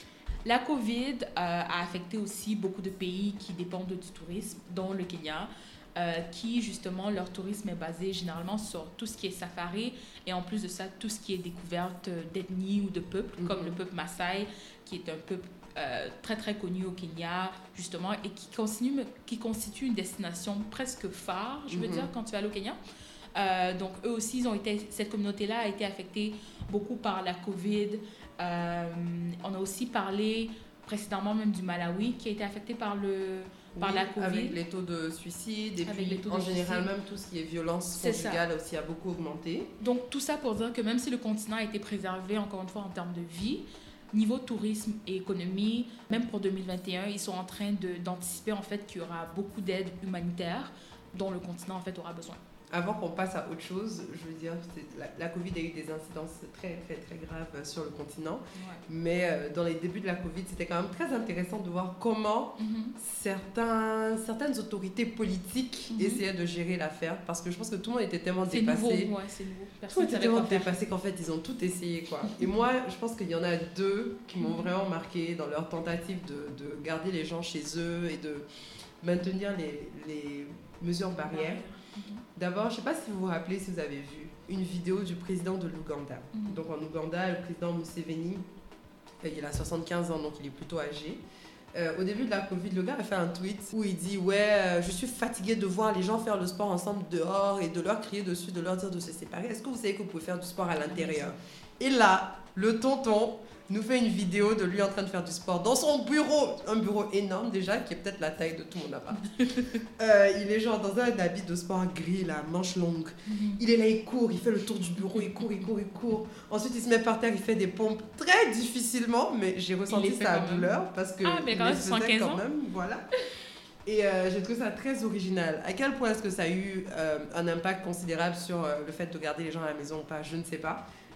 La Covid euh, a affecté aussi beaucoup de pays qui dépendent du tourisme, dont le Kenya. Euh, qui justement leur tourisme est basé généralement sur tout ce qui est safari et en plus de ça tout ce qui est découverte d'ethnie ou de peuple mm-hmm. comme le peuple Maasai qui est un peuple euh, très très connu au Kenya justement et qui, continue, qui constitue une destination presque phare je veux mm-hmm. dire quand tu vas au Kenya euh, donc eux aussi ils ont été, cette communauté là a été affectée beaucoup par la Covid euh, on a aussi parlé précédemment même du Malawi qui a été affecté par le par oui, la Covid. Avec les taux de suicide et avec puis en général suicide. Même tout ce qui est violence C'est conjugale ça. Aussi a beaucoup augmenté. Donc tout ça pour dire que même si le continent a été préservé encore une fois en termes de vie, niveau tourisme et économie, même pour deux mille vingt et un, ils sont en train de, d'anticiper en fait qu'il y aura beaucoup d'aide humanitaire dont le continent en fait aura besoin. Avant qu'on passe à autre chose, je veux dire, la, la Covid a eu des incidences très, très, très graves sur le continent. Ouais. Mais euh, dans les débuts de la Covid, c'était quand même très intéressant de voir comment mm-hmm. certains, certaines autorités politiques mm-hmm. essayaient de gérer l'affaire. Parce que je pense que tout le monde était tellement c'est dépassé. Nouveau. Ouais, c'est nouveau. Tout le monde était tellement dépassé qu'en fait, ils ont tout essayé. Quoi. Et moi, je pense qu'il y en a deux qui m'ont mm-hmm. vraiment marqué dans leur tentative de, de garder les gens chez eux et de maintenir les, les mesures barrières. D'abord, je ne sais pas si vous vous rappelez, si vous avez vu une vidéo du président de l'Ouganda. Mm-hmm. Donc en Ouganda, le président Museveni, il a soixante-quinze ans, donc il est plutôt âgé. Euh, au début de la Covid, le gars a fait un tweet où il dit « Ouais, euh, je suis fatigué de voir les gens faire le sport ensemble dehors et de leur crier dessus, de leur dire de se séparer. Est-ce que vous savez que vous pouvez faire du sport à l'intérieur ?» Et là, le tonton nous fait une vidéo de lui en train de faire du sport dans son bureau, un bureau énorme déjà, qui est peut-être la taille de tout mon appart. euh, il est genre dans un habit de sport gris, là, manche longue. Mm-hmm. Il est là, il court, il fait le tour du bureau, il court, il court, il court. Ensuite, il se met par terre, il fait des pompes très difficilement, mais j'ai ressenti sa douleur parce que ah, mais quand il même, les faisait quand même, voilà. Et euh, j'ai trouvé ça très original. À quel point est-ce que ça a eu euh, un impact considérable sur euh, le fait de garder les gens à la maison ou pas, je ne sais pas.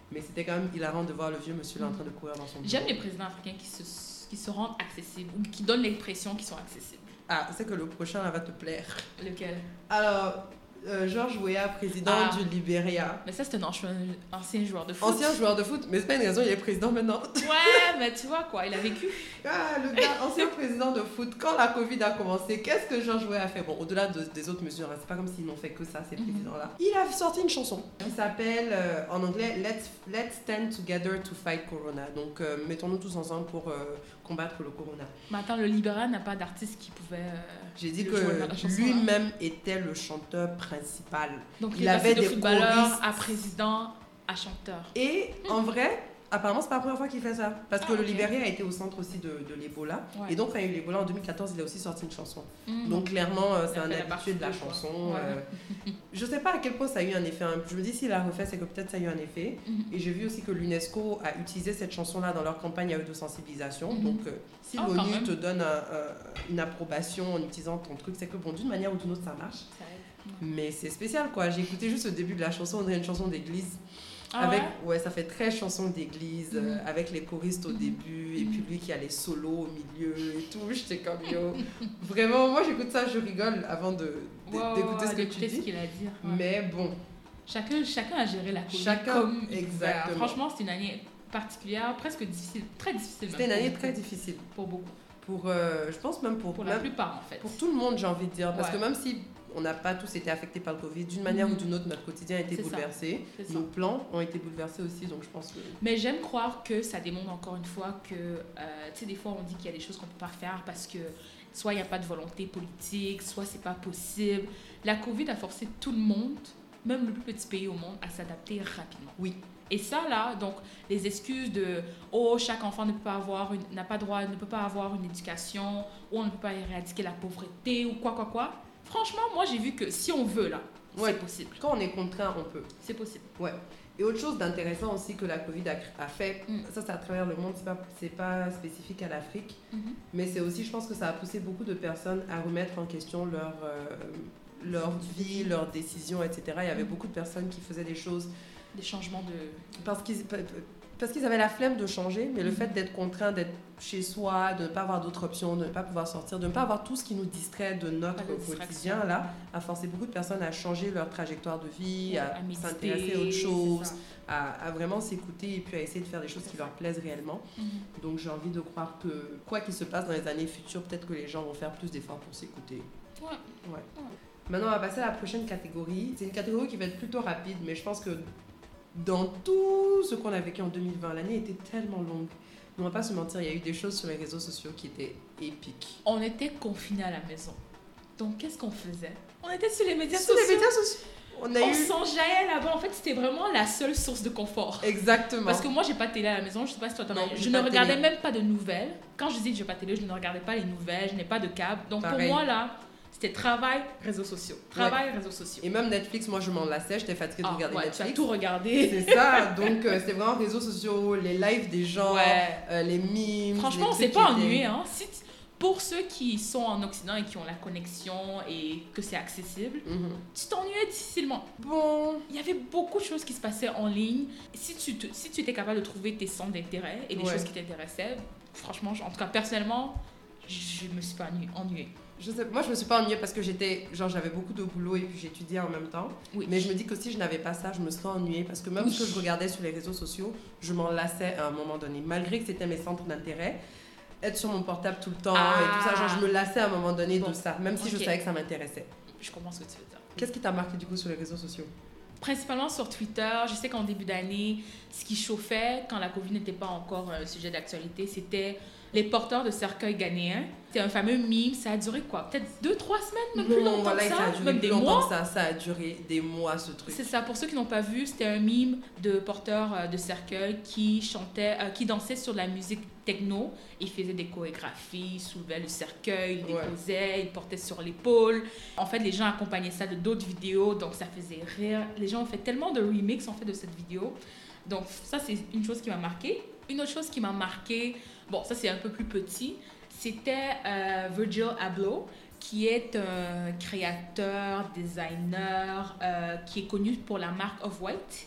Mais c'était quand même hilarant de voir le vieux monsieur là en train de courir dans son bureau. J'aime les présidents africains qui se, qui se rendent accessibles ou qui donnent l'impression qu'ils sont accessibles. Ah, c'est que le prochain là va te plaire. Lequel? Alors, euh, George Weah, président ah. du Libéria. Mais ça, c'est un ancien joueur de foot. Ancien joueur de foot, mais c'est pas une raison, il est président maintenant. Ouais, mais tu vois quoi, il a vécu. Ah, le gars, ancien président de foot, quand la Covid a commencé, qu'est-ce que George Weah a fait? Bon, au-delà de, des autres mesures, hein, c'est pas comme s'ils n'ont fait que ça, ces mm-hmm. présidents-là. Il a sorti une chanson qui s'appelle, euh, en anglais, Let's, Let's Stand Together to Fight Corona. Donc, euh, mettons-nous tous ensemble pour euh, combattre le corona. Mais attends, le Libéria n'a pas d'artiste qui pouvait... Euh, J'ai dit que lui-même était le chanteur principal. Donc, il, il avait de des footballeur à président à chanteur. Et mmh. en vrai, apparemment, c'est pas la première fois qu'il fait ça. Parce ah, que okay. le Libéria a été au centre aussi de, de l'Ebola. Ouais. Et donc, quand il y a eu l'Ebola en deux mille quatorze, il a aussi sorti une chanson. Mmh. Donc, clairement, euh, c'est un habitué de la chanson. Ouais. Euh, je sais pas à quel point ça a eu un effet. Hein. Je me dis, s'il a refait, c'est que peut-être ça a eu un effet. Mmh. Et j'ai vu aussi que l'UNESCO a utilisé cette chanson-là dans leur campagne à eux de sensibilisation. Mmh. Donc, euh, si oh, l'ONU te donne un, un, une approbation en utilisant ton truc, c'est que bon, d'une manière ou d'une autre, ça marche. Ça Mais c'est spécial quoi, j'ai écouté juste le début de la chanson, on dirait une chanson d'église. Ah avec, ouais? ouais, ça fait très chanson d'église, mm-hmm. euh, avec les choristes au mm-hmm. début, et puis lui qui a les solos au milieu et tout, j'étais comme yo. Vraiment, moi j'écoute ça, je rigole avant de, de, wow, d'écouter wow, ce que tu dis. Ce qu'il a dit. Ouais. Mais bon. Chacun, chacun a géré la Covid chacun, comme exactement. Franchement, c'était une année particulière, presque difficile, très difficile. C'était une année très difficile. Pour beaucoup. Pour, euh, je pense même pour... Pour même, la plupart en fait. Pour tout le monde, j'ai envie de dire, parce ouais. que même si... on n'a pas tous été affectés par le Covid. D'une manière mmh. ou d'une autre, notre quotidien a été c'est bouleversé. Nos plans ont été bouleversés aussi, donc je pense que... Mais j'aime croire que ça démontre encore une fois que, euh, tu sais, des fois on dit qu'il y a des choses qu'on ne peut pas faire parce que soit il n'y a pas de volonté politique, soit c'est pas possible. La Covid a forcé tout le monde, même le plus petit pays au monde, à s'adapter rapidement. Oui. Et ça, là, donc, les excuses de « Oh, chaque enfant ne peut pas avoir une, n'a pas droit, ne peut pas avoir une éducation, ou on ne peut pas éradiquer la pauvreté, ou quoi, quoi, quoi », franchement, moi, j'ai vu que si on veut, là, ouais. c'est possible. Quand on est contraint, on peut. C'est possible. Ouais. Et autre chose d'intéressant aussi que la Covid a, a fait, mm. ça c'est à travers le monde, c'est pas, c'est pas spécifique à l'Afrique, mm-hmm. mais c'est aussi, je pense que ça a poussé beaucoup de personnes à remettre en question leur, euh, leur vie, leurs décisions, et cetera. Il y avait mm. beaucoup de personnes qui faisaient des choses... Des changements de... Parce qu'ils, parce qu'ils avaient la flemme de changer, mais mm. le fait d'être contraint, d'être chez soi, de ne pas avoir d'autres options, de ne pas pouvoir sortir, de ne pas avoir tout ce qui nous distrait de notre quotidien, là, a forcé beaucoup de personnes à changer leur trajectoire de vie, ouais, à, à méditer, s'intéresser à autre chose, à, à vraiment s'écouter et puis à essayer de faire des choses qui leur plaisent réellement. Mm-hmm. Donc j'ai envie de croire que quoi qu'il se passe dans les années futures, peut-être que les gens vont faire plus d'efforts pour s'écouter. Ouais. Ouais. ouais. Maintenant, on va passer à la prochaine catégorie. C'est une catégorie qui va être plutôt rapide, mais je pense que dans tout ce qu'on a vécu en deux mille vingt, l'année était tellement longue. On ne va pas se mentir, il y a eu des choses sur les réseaux sociaux qui étaient épiques. On était confinés à la maison. Donc, qu'est-ce qu'on faisait? On était sur les médias sur sociaux. les médias sociaux. On, a on eu... s'enjaillait là-bas. En fait, c'était vraiment la seule source de confort. Exactement. Parce que moi, j'ai pas de télé à la maison. Je sais pas si toi, t'en as. Je ne regardais télé. même pas de nouvelles. Quand je dis que j'ai pas de télé, je ne regardais pas les nouvelles. Je n'ai pas de câble. Donc, Pareil. pour moi, là... C'était travail, réseaux sociaux. Travail, ouais. réseaux sociaux. Et même Netflix, moi je m'en lassais, j'étais fatiguée de ah, regarder ouais, Netflix. Tu as tout regardé. C'est ça, donc euh, c'était vraiment réseaux sociaux, les lives des gens, ouais. euh, les memes. Franchement, on s'est pas ennuyé. Hein. Si t- pour ceux qui sont en Occident et qui ont la connexion et que c'est accessible, mm-hmm. tu t'ennuyais difficilement. Bon. Il y avait beaucoup de choses qui se passaient en ligne. Si tu, te, si tu étais capable de trouver tes centres d'intérêt et des ouais. choses qui t'intéressaient, franchement, en tout cas personnellement, je me suis pas ennuyée. Je sais, moi je me suis pas ennuyée parce que j'étais genre j'avais beaucoup de boulot et puis j'étudiais en même temps, oui. mais je me dis que si je n'avais pas ça je me serais ennuyée parce que même oui. ce que je regardais sur les réseaux sociaux je m'en lassais à un moment donné malgré que c'était mes centres d'intérêt, être sur mon portable tout le temps ah. et tout ça, genre je me lassais à un moment donné bon. de ça même si okay. je savais que ça m'intéressait. Je comprends ce que tu veux dire. Qu'est-ce qui t'a marqué du coup sur les réseaux sociaux? Principalement sur Twitter. Je sais qu'en début d'année, ce qui chauffait quand la Covid n'était pas encore un sujet d'actualité, c'était les porteurs de cercueils ghanéens. C'était un fameux meme. Ça a duré quoi? Peut-être deux, trois semaines, même non, plus longtemps voilà, que ça, ça a duré même plus des longtemps mois. Que ça. Ça a duré des mois, ce truc. C'est ça. Pour ceux qui n'ont pas vu, c'était un meme de porteurs de cercueils qui chantaient, euh, qui dansaient sur de la musique techno. Ils faisaient des chorégraphies, ils soulevaient le cercueil, ils déposaient, ouais. ils portaient sur l'épaule. En fait, les gens accompagnaient ça de d'autres vidéos, donc ça faisait rire. Les gens ont fait tellement de remix en fait de cette vidéo. Donc ça, c'est une chose qui m'a marquée. Une autre chose qui m'a marquée, bon, ça c'est un peu plus petit, c'était euh, Virgil Abloh, qui est un créateur, designer, euh, qui est connu pour la marque Off-White.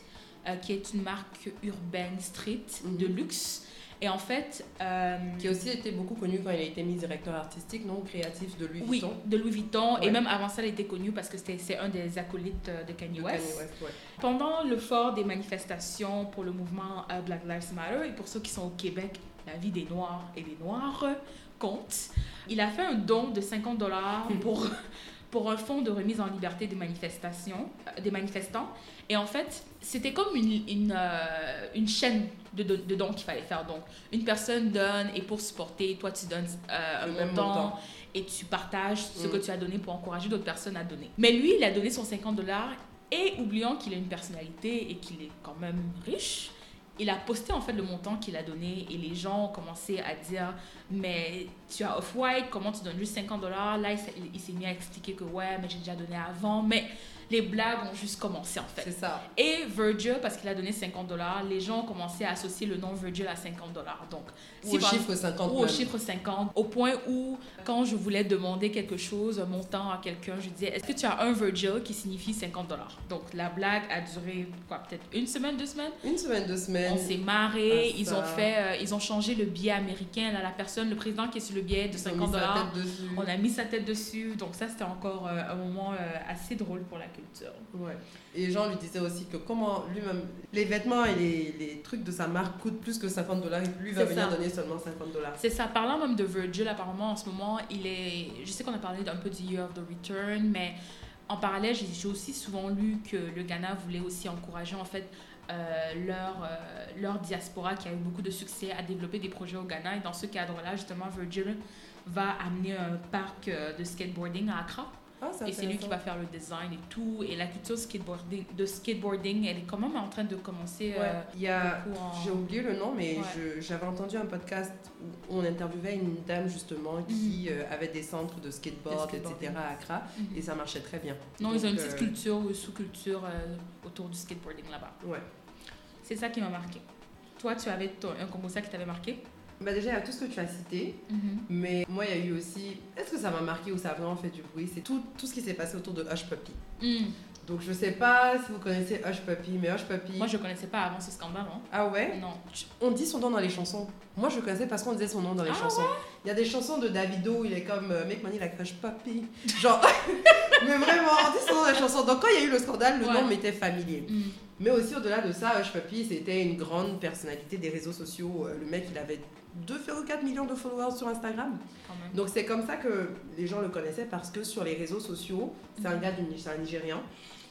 euh, qui est une marque urbaine street Mhm. de luxe. Et en fait... euh, Qui a aussi été beaucoup connu quand il a été mis directeur artistique, non créatif de Louis oui, Vuitton. de Louis Vuitton. Ouais. Et même avant ça, il était connu parce que c'était, c'est un des acolytes euh, de Kanye De West. Kanye West, ouais. Pendant le fort des manifestations pour le mouvement euh, Black Lives Matter, et pour ceux qui sont au Québec, la vie des Noirs et des Noirs compte, il a fait un don de cinquante dollars pour, pour un fonds de remise en liberté des manifestations, euh, des manifestants. Et en fait, c'était comme une, une, euh, une chaîne de, de, de dons qu'il fallait faire. Donc, une personne donne et pour supporter, toi tu donnes euh, un Le même montant, montant. et tu partages ce Mm. que tu as donné pour encourager d'autres personnes à donner. Mais lui, il a donné son cinquante dollars et oubliant qu'il a une personnalité et qu'il est quand même riche, il a posté en fait le montant qu'il a donné et les gens ont commencé à dire mais tu as Off-White, comment tu donnes juste cinquante dollars? Là, il s'est, il s'est mis à expliquer que ouais, mais j'ai déjà donné avant. Mais les blagues ont juste commencé en fait. C'est ça. Et Virgil, parce qu'il a donné cinquante dollars, les gens ont commencé à associer le nom Virgil à cinquante dollars. Donc, Ou si au par- chiffre cinquante. ou au même. chiffre cinquante, au point où, quand je voulais demander quelque chose, un montant à quelqu'un, je disais, est-ce que tu as un Virgil qui signifie cinquante dollars? Donc, la blague a duré, quoi, peut-être une semaine, deux semaines? Une semaine, deux semaines. On s'est marré, Ah, ils ça. ont fait, euh, ils ont changé le billet américain, là, la personne, le président qui est sur le billet de Ils ont mis cinquante sa dollars. tête dessus. On a mis sa tête dessus, donc ça, c'était encore euh, un moment euh, assez drôle pour la culture. Ouais. Et les gens lui disaient aussi que comment lui-même, les vêtements et les, les trucs de sa marque coûtent plus que cinquante dollars et lui va C'est venir ça. donner seulement cinquante dollars. C'est ça. Parlant même de Virgil, apparemment, en ce moment, il est... Je sais qu'on a parlé un peu du Year of the Return, mais en parallèle, j'ai j'ai aussi souvent lu que le Ghana voulait aussi encourager, en fait, euh, leur, euh, leur diaspora qui a eu beaucoup de succès à développer des projets au Ghana. Et dans ce cadre-là, justement, Virgil va amener un parc euh, de skateboarding à Accra. Ah, Et c'est lui qui va faire le design et tout. Et la culture skateboarding, de skateboarding, elle est quand même en train de commencer Ouais. euh, Il y a, beaucoup en... j'ai oublié le nom, mais Ouais. je- j'avais entendu un podcast où on interviewait une dame justement qui euh, avait des centres de skateboard, De skateboarding. et cetera à Accra, Mhm. et ça marchait très bien. Non, ils ont une Donc, petite euh, culture ou sous-culture euh, autour du skateboarding là-bas. Ouais. C'est ça qui m'a marqué. Toi, tu avais ton- un combo ça qui t'avait marqué? Bah déjà, il y a tout ce que tu as cité, mais moi, il y a eu aussi. Est-ce que ça m'a marqué ou ça a vraiment fait du bruit? C'est tout, tout ce qui s'est passé autour de Hush Puppy. Mm. Donc, je sais pas si vous connaissez Hush Puppy, mais Hush Puppy. Moi, je connaissais pas avant ce scandale. Hein. Ah ouais? Non. On dit son nom dans les chansons. Moi, je connaissais parce qu'on disait son nom dans les Ah chansons. Il y a des chansons de Davido où il est comme euh, Make Money like Hush Puppy. Genre, mais vraiment, on dit son nom dans les chansons. Donc, quand il y a eu le scandale, le Ouais. nom m'était familier. Mm. Mais aussi, au-delà de ça, Hush Puppy, c'était une grande personnalité des réseaux sociaux. Euh, Le mec, il avait deux virgule quatre millions de followers sur Instagram. Quand même. Donc, c'est comme ça que les gens le connaissaient parce que sur les réseaux sociaux, c'est un gars, du, c'est un Nigérian,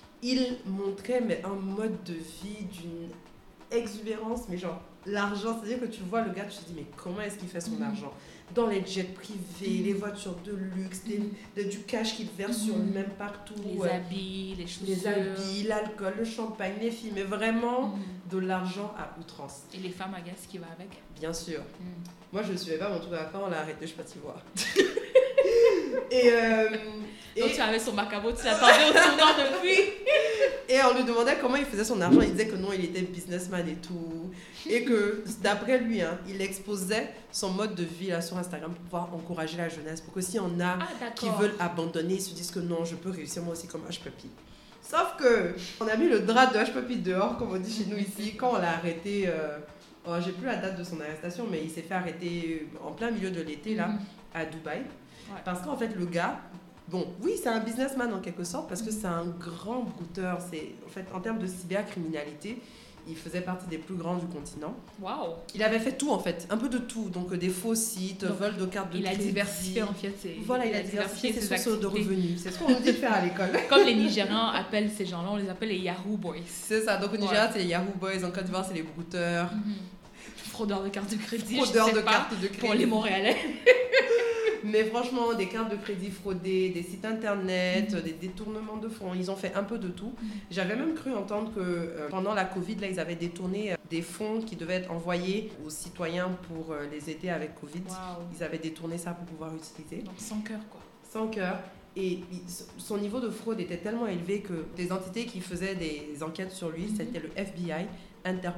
il montrait mais un mode de vie d'une exubérance, mais genre l'argent, c'est-à-dire que tu vois le gars, tu te dis mais comment est-ce qu'il fait son Mhm. argent? Dans les jets privés, Mhm. les voitures de luxe, des- Mhm. de- du cash qu'il verse Mhm. sur lui-même partout, Les euh, habits, les chaussures. les habits, l'alcool, le champagne, les filles, mais vraiment Mm. de l'argent à outrance, Et les femmes agaces qui va avec. bien sûr. Mm. Moi je ne suivais pas mon truc à la fin, on l'a arrêté, je sais pas t'y voir. et, euh, et, Donc, tu avais son macabo, tu l'attendais au tournant depuis. et on lui demandait comment il faisait son argent, il disait que non, il était businessman et tout. Et que d'après lui, hein, il exposait son mode de vie là, sur Instagram pour pouvoir encourager la jeunesse. Pour que s'il y en a Ah, qui d'accord. veulent abandonner, ils se disent que non, je peux réussir moi aussi comme Hush Puppy. Sauf que on a mis le drap de Hush Puppy dehors, comme on dit chez nous ici, quand on l'a arrêté. Euh, oh, j'ai plus la date de son arrestation, mais il s'est fait arrêter en plein milieu de l'été là, Mm. à Dubaï. Ouais. Parce qu'en fait, le gars, bon, oui, c'est un businessman en quelque sorte, parce que c'est un grand brouteur. C'est, en fait, en termes de cybercriminalité, il faisait partie des plus grands du continent. Waouh. Il avait fait tout en fait, un peu de tout. Donc euh, des faux sites, Donc, vol de cartes de Il a crédit. diversifié en fait ses. Voilà, il a diversifié ses sources de activités. revenus. C'est ce qu'on nous dit de faire à l'école. Comme les Nigérians appellent ces gens-là, on les appelle les Yahoo Boys. C'est ça. Donc au Nigeria, c'est les Yahoo Boys. En Côte d'Ivoire, c'est les brouteurs. Fraudeurs de cartes de crédit, Fraudeurs je sais de pas, cartes de crédit. pour les Montréalais. Mais franchement, des cartes de crédit fraudées, des sites internet, Mhm. des détournements de fonds, ils ont fait un peu de tout. Mhm. J'avais même cru entendre que euh, pendant la Covid, là, ils avaient détourné euh, des fonds qui devaient être envoyés aux citoyens pour euh, les aider avec Covid. Waouh. Ils avaient détourné ça pour pouvoir utiliser. Donc sans cœur quoi. Sans cœur. Et il- son niveau de fraude était tellement élevé que des entités qui faisaient des enquêtes sur lui, Mhm. c'était le F B I, Interpol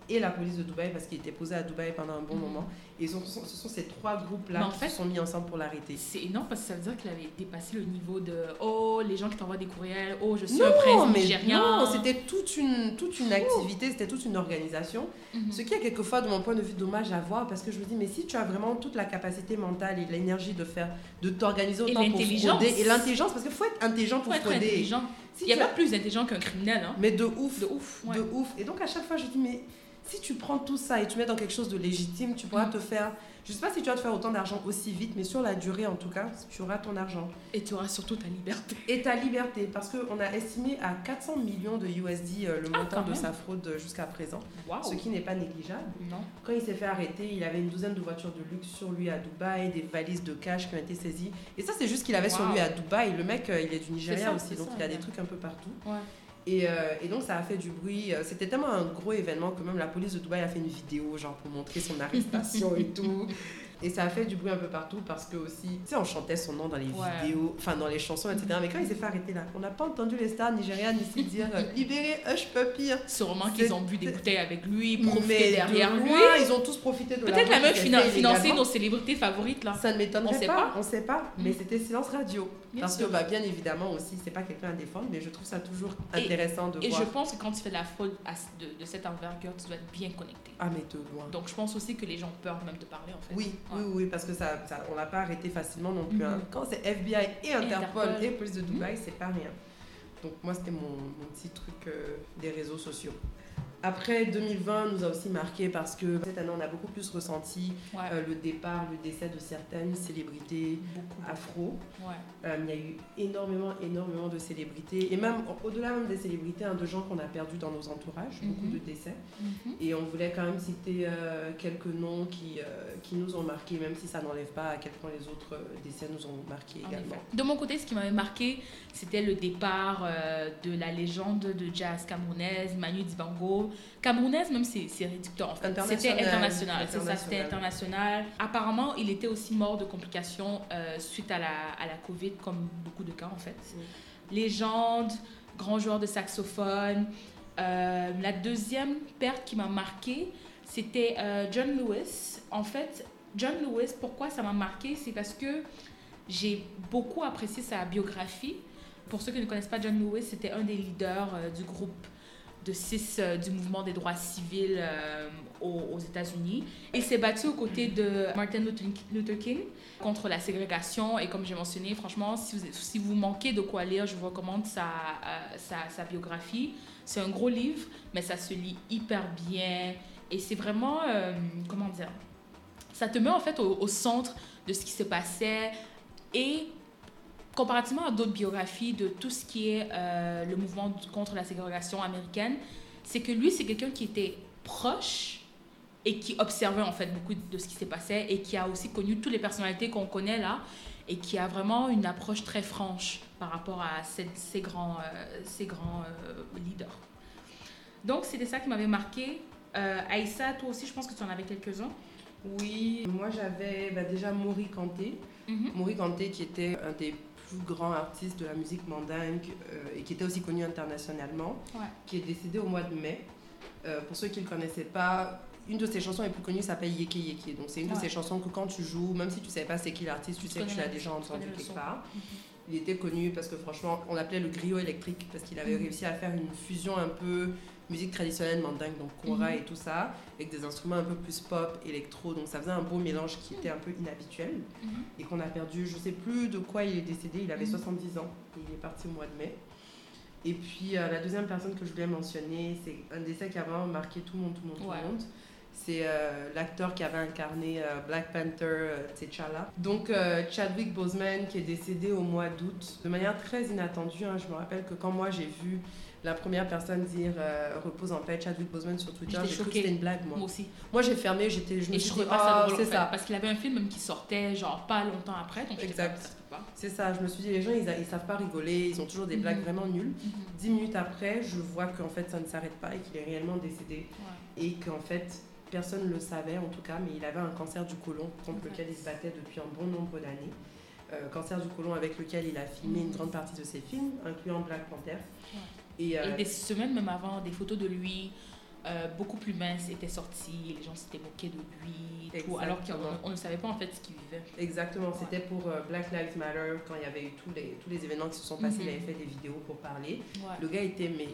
et la police de Dubaï parce qu'il était posé à Dubaï pendant un bon mm-hmm. moment. Et ce sont, ce sont ces trois groupes-là en qui fait, se sont mis ensemble pour l'arrêter. C'est énorme parce que ça veut dire qu'il avait dépassé le niveau de « Oh, les gens qui t'envoient des courriels, oh, je suis non, un président nigérien. » Non, c'était toute une, toute une activité, c'était toute une organisation. Mm-hmm. Ce qui est quelquefois, de mon point de vue, dommage à voir parce que je me dis, mais si tu as vraiment toute la capacité mentale et l'énergie de faire, de t'organiser autant pour frauder, et l'intelligence, parce qu'il faut être intelligent pour faut frauder. Être intelligent. Si il n'y a pas as... plus intelligent qu'un criminel. Hein. Mais de ouf. De ouf. Ouais. De ouf. Et donc, à chaque fois, je dis, mais si tu prends tout ça et tu mets dans quelque chose de légitime, tu pourras mm. te faire... Je ne sais pas si tu vas te faire autant d'argent aussi vite, mais sur la durée, en tout cas, tu auras ton argent. Et tu auras surtout ta liberté. Et ta liberté, parce qu'on a estimé à quatre cents millions de U S D euh, le montant ah, de sa fraude jusqu'à présent, wow. ce qui n'est pas négligeable. Non. Quand il s'est fait arrêter, il avait une douzaine de voitures de luxe sur lui à Dubaï, des valises de cash qui ont été saisies. Et ça, c'est juste qu'il avait wow. sur lui à Dubaï. Le mec, euh, il est du Nigeria ça, aussi, donc ça, il a ouais. des trucs un peu partout. Ouais. Et, euh, et donc ça a fait du bruit, c'était tellement un gros événement que même la police de Dubaï a fait une vidéo genre pour montrer son arrestation et tout. Et ça a fait du bruit un peu partout parce que aussi, tu sais, on chantait son nom dans les ouais. vidéos, enfin dans les chansons, et cetera. Mais quand il s'est fait arrêter là, on n'a pas entendu les stars nigérianes ici dire « Libérez Hush Puppy ». Sûrement qu'ils ont bu des bouteilles avec lui, profité derrière lui. Ils ont tous profité de Peut-être la meuf financer nos célébrités favorites là. Ça ne m'étonnerait on pas, pas, on ne sait pas. Mais c'était silence radio. Bien parce sûr. que bah, bien évidemment aussi, c'est pas quelqu'un à défendre, mais je trouve ça toujours et, intéressant de et voir. Et je pense que quand tu fais de la fraude de, de cette envergure, tu dois être bien connecté. Ah mais de loin. Donc je pense aussi que les gens ont peur même de parler en fait. Oui, ouais. oui, oui, parce que ça Ça, on l'a pas arrêté facilement non plus. Mm-hmm. Hein. Quand c'est F B I et Interpol, Interpol. et police de Dubaï, mm-hmm. c'est pas rien. Donc moi, c'était mon, mon petit truc euh, des réseaux sociaux. Après, deux mille vingt nous a aussi marqué parce que cette année, on a beaucoup plus ressenti ouais. euh, le départ, le décès de certaines célébrités beaucoup. afro. Ouais. Euh, il y a eu énormément, énormément de célébrités. Et même, au-delà même des célébrités, hein, de gens qu'on a perdus dans nos entourages, mm-hmm. beaucoup de décès. Mm-hmm. Et on voulait quand même citer euh, quelques noms qui, euh, qui nous ont marqués, même si ça n'enlève pas à quel point les autres décès nous ont marqués également. De mon côté, ce qui m'avait marqué, c'était le départ euh, de la légende de jazz camerounaise, Manu Dibango. Camerounaise, même c'est, c'est réducteur en fait. C'était international, c'est ça, c'était international. Apparemment, il était aussi mort de complications euh, suite à la, à la Covid, comme beaucoup de cas en fait. Mm. Légende, grand joueur de saxophone. Euh, la deuxième perte qui m'a marquée, c'était euh, John Lewis. En fait, John Lewis, pourquoi ça m'a marquée, c'est parce que j'ai beaucoup apprécié sa biographie. Pour ceux qui ne connaissent pas John Lewis, c'était un des leaders euh, du groupe de six euh, du mouvement des droits civils euh, aux, aux États-Unis. Il s'est battu aux côtés de Martin Luther King contre la ségrégation. Et comme j'ai mentionné, franchement, si vous, si vous manquez de quoi lire, je vous recommande sa, euh, sa, sa biographie. C'est un gros livre, mais ça se lit hyper bien. Et c'est vraiment, euh, comment dire, ça te met en fait au, au centre de ce qui se passait. Et comparativement à d'autres biographies de tout ce qui est euh, le mouvement contre la ségrégation américaine, c'est que lui, c'est quelqu'un qui était proche et qui observait en fait beaucoup de ce qui s'est passé et qui a aussi connu toutes les personnalités qu'on connaît là et qui a vraiment une approche très franche par rapport à ces, ces grands, euh, ces grands euh, leaders. Donc, c'était ça qui m'avait marqué. Euh, Aïssa, toi aussi, je pense que tu en avais quelques-uns. Oui, moi j'avais bah, déjà Mori Kanté. Mm-hmm. Mori Kanté qui était un des plus grand artiste de la musique mandingue euh, et qui était aussi connu internationalement, ouais. qui est décédé au mois de mai. Euh, pour ceux qui ne le connaissaient pas, une de ses chansons les plus connues s'appelle Yeke Yeke. Donc c'est une ouais. de ces chansons que quand tu joues, même si tu ne savais pas c'est qui l'artiste, tu, tu sais que tu l'as déjà entendu quelque part. Mm-hmm. Il était connu parce que franchement, on l'appelait le griot électrique parce qu'il avait mm-hmm. réussi à faire une fusion un peu musique traditionnelle mandingue, donc kora mm-hmm. et tout ça, avec des instruments un peu plus pop, électro, donc ça faisait un beau mélange qui était un peu inhabituel mm-hmm. et qu'on a perdu, je sais plus de quoi il est décédé, il avait mm-hmm. soixante-dix ans, et il est parti au mois de mai. Et puis euh, la deuxième personne que je voulais mentionner, c'est un décès qui a vraiment marqué tout le monde, tout le monde, tout ouais. le monde. C'est euh, l'acteur qui avait incarné euh, Black Panther, euh, T'Challa. Donc euh, Chadwick Boseman qui est décédé au mois d'août, de manière très inattendue. Hein. Je me rappelle que quand moi j'ai vu la première personne dire euh, repose en paix Chadwick Boseman sur Twitter, j'étais j'ai choquée. cru que c'était une blague moi. Moi aussi. Moi j'ai fermé, j'étais, je me Et suis je dit pas ça oh, drôle, c'est ça. Parce qu'il avait un film même qui sortait genre pas longtemps après, donc exact. Ça, ça pas. C'est ça, je me suis dit les gens ils, a, ils savent pas rigoler, ils ont toujours des mm-hmm. blagues vraiment nulles. Mm-hmm. Dix minutes après, je vois qu'en fait ça ne s'arrête pas et qu'il est réellement décédé ouais. et qu'en fait personne ne le savait en tout cas, mais il avait un cancer du côlon contre okay. lequel il se battait depuis un bon nombre d'années. Euh, cancer du côlon avec lequel il a filmé mmh. une grande partie de ses films, incluant Black Panther. Ouais. Et, euh, et des semaines même avant, des photos de lui euh, beaucoup plus mince était sorti, les gens s'étaient moqués de lui, et tout, alors qu'on on ne savait pas en fait ce qu'il vivait. Exactement, ouais. C'était pour euh, Black Lives Matter, quand il y avait eu tous les, tous les événements qui se sont passés, mm-hmm. il avait fait des vidéos pour parler. Ouais. Le gars était, mais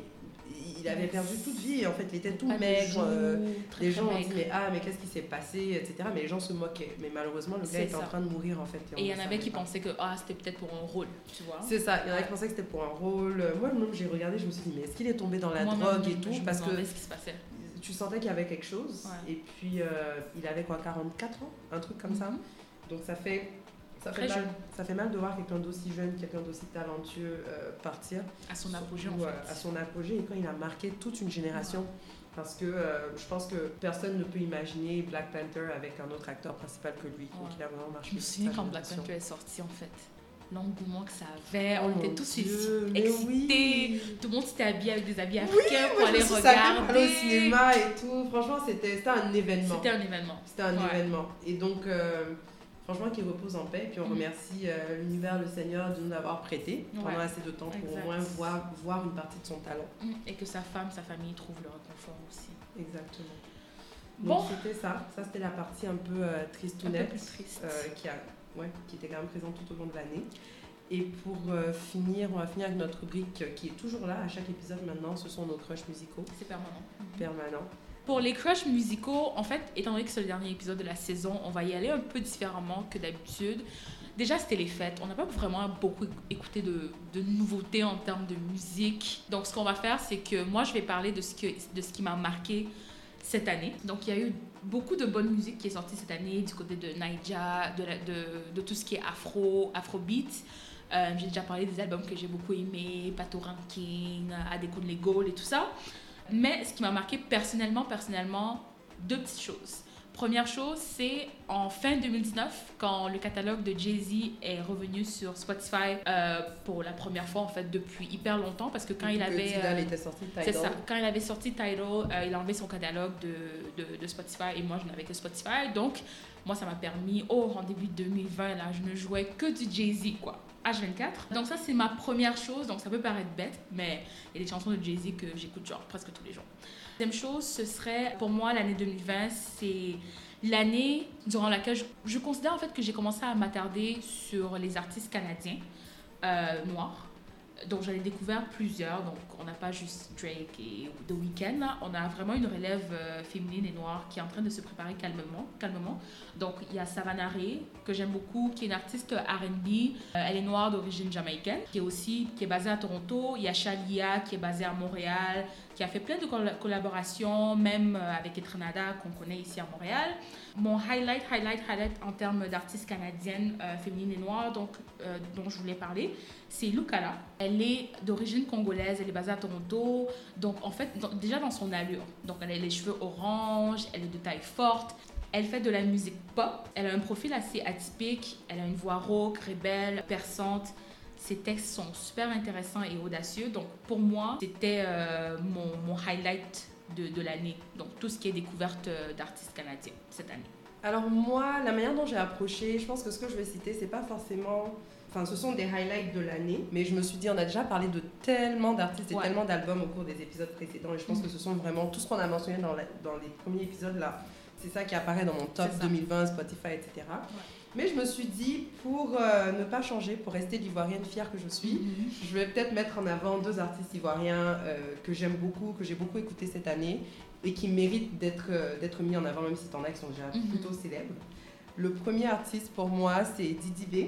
il avait perdu toute vie, en fait, il était tout maigre. Euh, les gens ont dit, mais ah, mais qu'est-ce qui s'est passé, et cetera. Mais les gens se moquaient. Mais malheureusement, le gars était ça. en train de mourir, en fait. Et il y en avait qui pas. pensaient que ah, c'était peut-être pour un rôle, tu vois. C'est ça, il y en avait qui pensaient que c'était pour un rôle. Moi, même, j'ai regardé, je me suis dit, mais est-ce qu'il est tombé dans la Moi, drogue même, et tout, je parce que ce qui se passait. Tu sentais qu'il y avait quelque chose. Ouais. Et puis, euh, il avait quoi, quarante-quatre ans, un truc comme mm-hmm. ça. Donc, ça fait... Ça fait, mal, ça fait mal de voir quelqu'un d'aussi jeune, quelqu'un d'aussi talentueux euh, partir. À son apogée, Surtout, en fait. À son apogée, et quand il a marqué toute une génération. Ouais. Parce que euh, je pense que personne ne peut imaginer Black Panther avec un autre acteur principal que lui. Ouais. Donc il a vraiment marché. Je me souviens quand Black Panther est sorti, en fait. L'engouement que ça avait, on oh était tous Dieu, excités, oui. Tout le monde s'était habillé avec des habits africains oui, pour aller regarder. Aller au cinéma et tout. Franchement, c'était, c'était un événement. C'était un événement. C'était un ouais. événement. Et donc... Euh, Franchement, qu'il repose en paix. Et puis on mmh. remercie euh, l'univers, le Seigneur, de nous avoir prêté ouais. pendant assez de temps pour exact. Au moins voir, voir une partie de son talent. Mmh. Et que sa femme, sa famille trouvent le réconfort aussi. Exactement. Donc bon. C'était ça. Ça, c'était la partie un peu euh, tristounette. Un peu plus triste. Euh, qui, a, ouais, qui était quand même présente tout au long de l'année. Et pour euh, finir, on va finir avec notre rubrique euh, qui est toujours là à chaque épisode maintenant. Ce sont nos crushs musicaux. C'est permanent. Mmh. Permanent. Pour les crushs musicaux, en fait, étant donné que c'est le dernier épisode de la saison, on va y aller un peu différemment que d'habitude. Déjà, c'était les fêtes. On n'a pas vraiment beaucoup écouté de, de nouveautés en termes de musique. Donc, ce qu'on va faire, c'est que moi, je vais parler de ce, que, de ce qui m'a marqué cette année. Donc, il y a eu beaucoup de bonne musique qui est sortie cette année du côté de Naija, de, la, de, de tout ce qui est afro, afrobeat. Euh, j'ai déjà parlé des albums que j'ai beaucoup aimés, Pato Ranking, Adekun Legal et tout ça. Mais ce qui m'a marqué personnellement, personnellement, deux petites choses. Première chose, c'est en fin deux mille dix-neuf, quand le catalogue de Jay-Z est revenu sur Spotify euh, pour la première fois, en fait, depuis hyper longtemps, parce que quand il avait... Euh, était sorti Tidal. C'est ça. Quand il avait sorti Tidal, euh, il a enlevé son catalogue de, de, de Spotify, et moi, je n'avais que Spotify. Donc, moi, ça m'a permis, oh, en début deux mille vingt, là, je ne jouais que du Jay-Z, quoi. H vingt-quatre. Donc ça, c'est ma première chose. Donc ça peut paraître bête, mais il y a des chansons de Jay-Z que j'écoute genre presque tous les jours. Deuxième chose, ce serait, pour moi, l'année deux mille vingt, c'est l'année durant laquelle je, je considère en fait que j'ai commencé à m'attarder sur les artistes canadiens euh, noirs. Donc j'en ai découvert plusieurs. Donc on n'a pas juste Drake et The Weeknd. Là. On a vraiment une relève euh, féminine et noire qui est en train de se préparer calmement. calmement. Donc il y a Savannah Ré, que j'aime beaucoup, qui est une artiste R and B. Euh, elle est noire d'origine jamaïcaine, qui est aussi qui est basée à Toronto. Il y a Shalia, qui est basée à Montréal, qui a fait plein de coll- collaborations, même euh, avec Etrenada, qu'on connaît ici à Montréal. Mon highlight, highlight, highlight en termes d'artistes canadiennes euh, féminines et noires, donc, euh, dont je voulais parler, c'est Lukala. Elle est d'origine congolaise, elle est basée à Toronto. Donc, en fait, dans, déjà dans son allure. Donc, elle a les cheveux orange, elle est de taille forte. Elle fait de la musique pop. Elle a un profil assez atypique. Elle a une voix rauque, rebelle, perçante. Ses textes sont super intéressants et audacieux. Donc, pour moi, c'était euh, mon, mon highlight de, de l'année. Donc, tout ce qui est découverte d'artistes canadiens cette année. Alors, moi, la manière dont j'ai approché, je pense que ce que je vais citer, c'est pas forcément... Enfin, ce sont des highlights de l'année, mais je me suis dit, on a déjà parlé de tellement d'artistes et ouais. tellement d'albums au cours des épisodes précédents, et je pense mmh. que ce sont vraiment tout ce qu'on a mentionné dans, la, dans les premiers épisodes là. C'est ça qui apparaît dans mon top deux mille vingt, Spotify, et cetera. Ouais. Mais je me suis dit, pour euh, ne pas changer, pour rester l'ivoirienne fière que je suis, mmh. je vais peut-être mettre en avant deux artistes ivoiriens euh, que j'aime beaucoup, que j'ai beaucoup écouté cette année, et qui méritent d'être, euh, d'être mis en avant, même si t'en as qui sont déjà mmh. plutôt célèbres. Le premier artiste pour moi, c'est Didi B.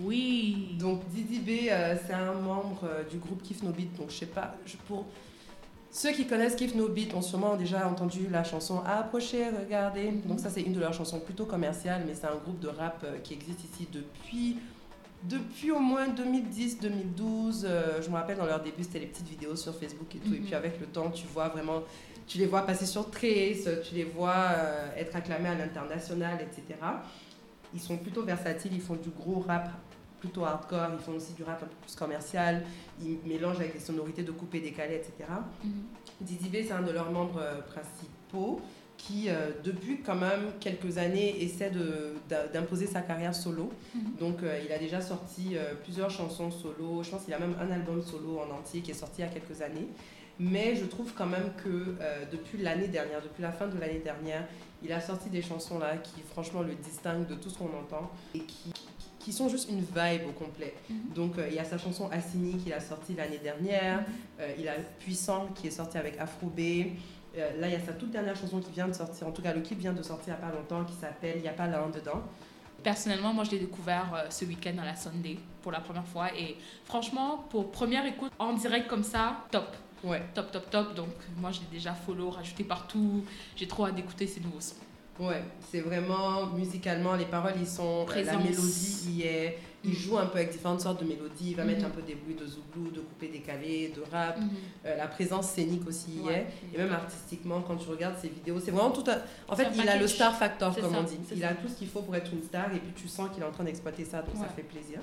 Oui. Donc Didi B, euh, c'est un membre euh, du groupe Kiff No Beat. Donc je sais pas, je, pour ceux qui connaissent Kiff No Beat ont sûrement déjà entendu la chanson Approchez, regardez. Mm-hmm. Donc ça c'est une de leurs chansons plutôt commerciales, mais c'est un groupe de rap euh, qui existe ici depuis, depuis au moins deux mille dix deux mille douze. Euh, je me rappelle dans leur début, c'était les petites vidéos sur Facebook et tout. Mm-hmm. Et puis avec le temps, tu vois vraiment, tu les vois passer sur Trace, tu les vois euh, être acclamés à l'international, et cetera. Ils sont plutôt versatiles, ils font du gros rap plutôt hardcore, ils font aussi du rap un peu plus commercial, ils mélangent avec des sonorités de coupé décalé, et cetera. Mm-hmm. Didi B, c'est un de leurs membres euh, principaux qui, euh, depuis quand même quelques années, essaie de, d'imposer sa carrière solo. Mm-hmm. Donc, euh, il a déjà sorti euh, plusieurs chansons solo. Je pense qu'il a même un album solo en entier qui est sorti il y a quelques années. Mais je trouve quand même que euh, depuis l'année dernière, depuis la fin de l'année dernière, il a sorti des chansons là qui franchement le distinguent de tout ce qu'on entend et qui, qui sont juste une vibe au complet. Mm-hmm. Donc euh, il y a sa chanson Assini qu'il a sortie l'année dernière, mm-hmm. euh, il a Puissant qui est sorti avec Afro B. Euh, là il y a sa toute dernière chanson qui vient de sortir, en tout cas le clip vient de sortir il n'y a pas longtemps, qui s'appelle Il n'y a pas l'un dedans. Personnellement, moi je l'ai découvert euh, ce week-end à la Sunday pour la première fois et franchement pour première écoute en direct comme ça, top. Ouais. Top, top, top. Donc, moi, je l'ai déjà follow, rajouté partout. J'ai trop hâte d'écouter ces nouveaux sons. Ouais, c'est vraiment musicalement, les paroles, ils sont. Présence. La mélodie y est. Il joue un peu avec différentes sortes de mélodies. Il va mm-hmm. mettre un peu des bruits de zouglou, de coupé décalé, de rap. Mm-hmm. Euh, la présence scénique aussi y ouais. est. Et même artistiquement, quand tu regardes ses vidéos, c'est vraiment tout. Un... En fait, il a le star factor, c'est comme ça, on dit. Il ça. a tout ce qu'il faut pour être une star et puis tu sens qu'il est en train d'exploiter ça, donc ouais. ça fait plaisir.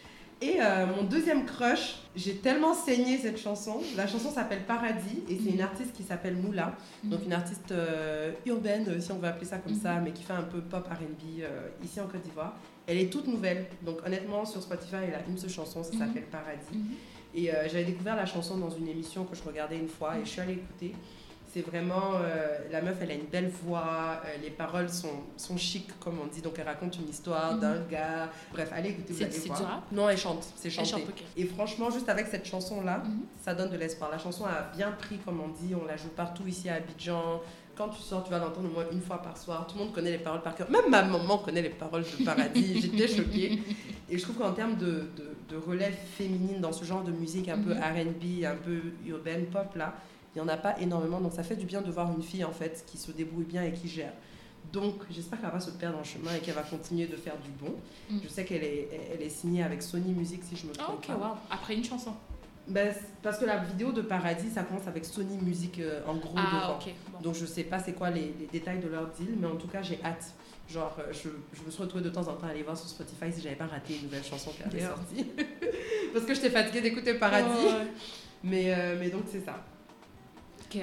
Et euh, mon deuxième crush, j'ai tellement saigné cette chanson. La chanson s'appelle Paradis et c'est une artiste qui s'appelle Moula. Donc une artiste euh, urbaine, si on veut appeler ça comme mm-hmm. ça, mais qui fait un peu pop R and B euh, ici en Côte d'Ivoire. Elle est toute nouvelle. Donc honnêtement, sur Spotify, elle a une seule chanson, ça mm-hmm. s'appelle Paradis. Mm-hmm. Et euh, j'avais découvert la chanson dans une émission que je regardais une fois et je suis allée écouter. C'est vraiment, euh, la meuf, elle a une belle voix, euh, les paroles sont, sont chic, comme on dit, donc elle raconte une histoire mm-hmm. d'un gars. Bref, allez écouter, vous c'est, allez c'est voir. Du rap? Non, elle chante, c'est chanté. Elle chante, okay. Et franchement, juste avec cette chanson-là, mm-hmm. ça donne de l'espoir. La chanson a bien pris, comme on dit, on la joue partout ici à Abidjan. Quand tu sors, tu vas l'entendre au moins une fois par soir. Tout le monde connaît les paroles par cœur. Même ma maman connaît les paroles de Paradis. J'étais choquée. Et je trouve qu'en termes de, de, de relève féminine dans ce genre de musique un mm-hmm. peu R and B, un peu urbaine, pop, là, il n'y en a pas énormément, donc ça fait du bien de voir une fille en fait qui se débrouille bien et qui gère. Donc j'espère qu'elle va se perdre en chemin et qu'elle va continuer de faire du bon. Mm. Je sais qu'elle est, elle est signée avec Sony Music si je me trompe oh, ok, wow. Après une chanson. Ben, parce que la vidéo de Paradis, ça commence avec Sony Music euh, en gros ah, devant. Okay, bon. Donc je sais pas c'est quoi les, les détails de leur deal, mais en tout cas j'ai hâte. Genre je, je me suis retrouvée de temps en temps à aller voir sur Spotify si j'avais pas raté une nouvelle chanson qui avait sorti. Parce que j'étais fatiguée d'écouter Paradis. Oh, ouais. mais, euh, mais donc c'est ça. Ok.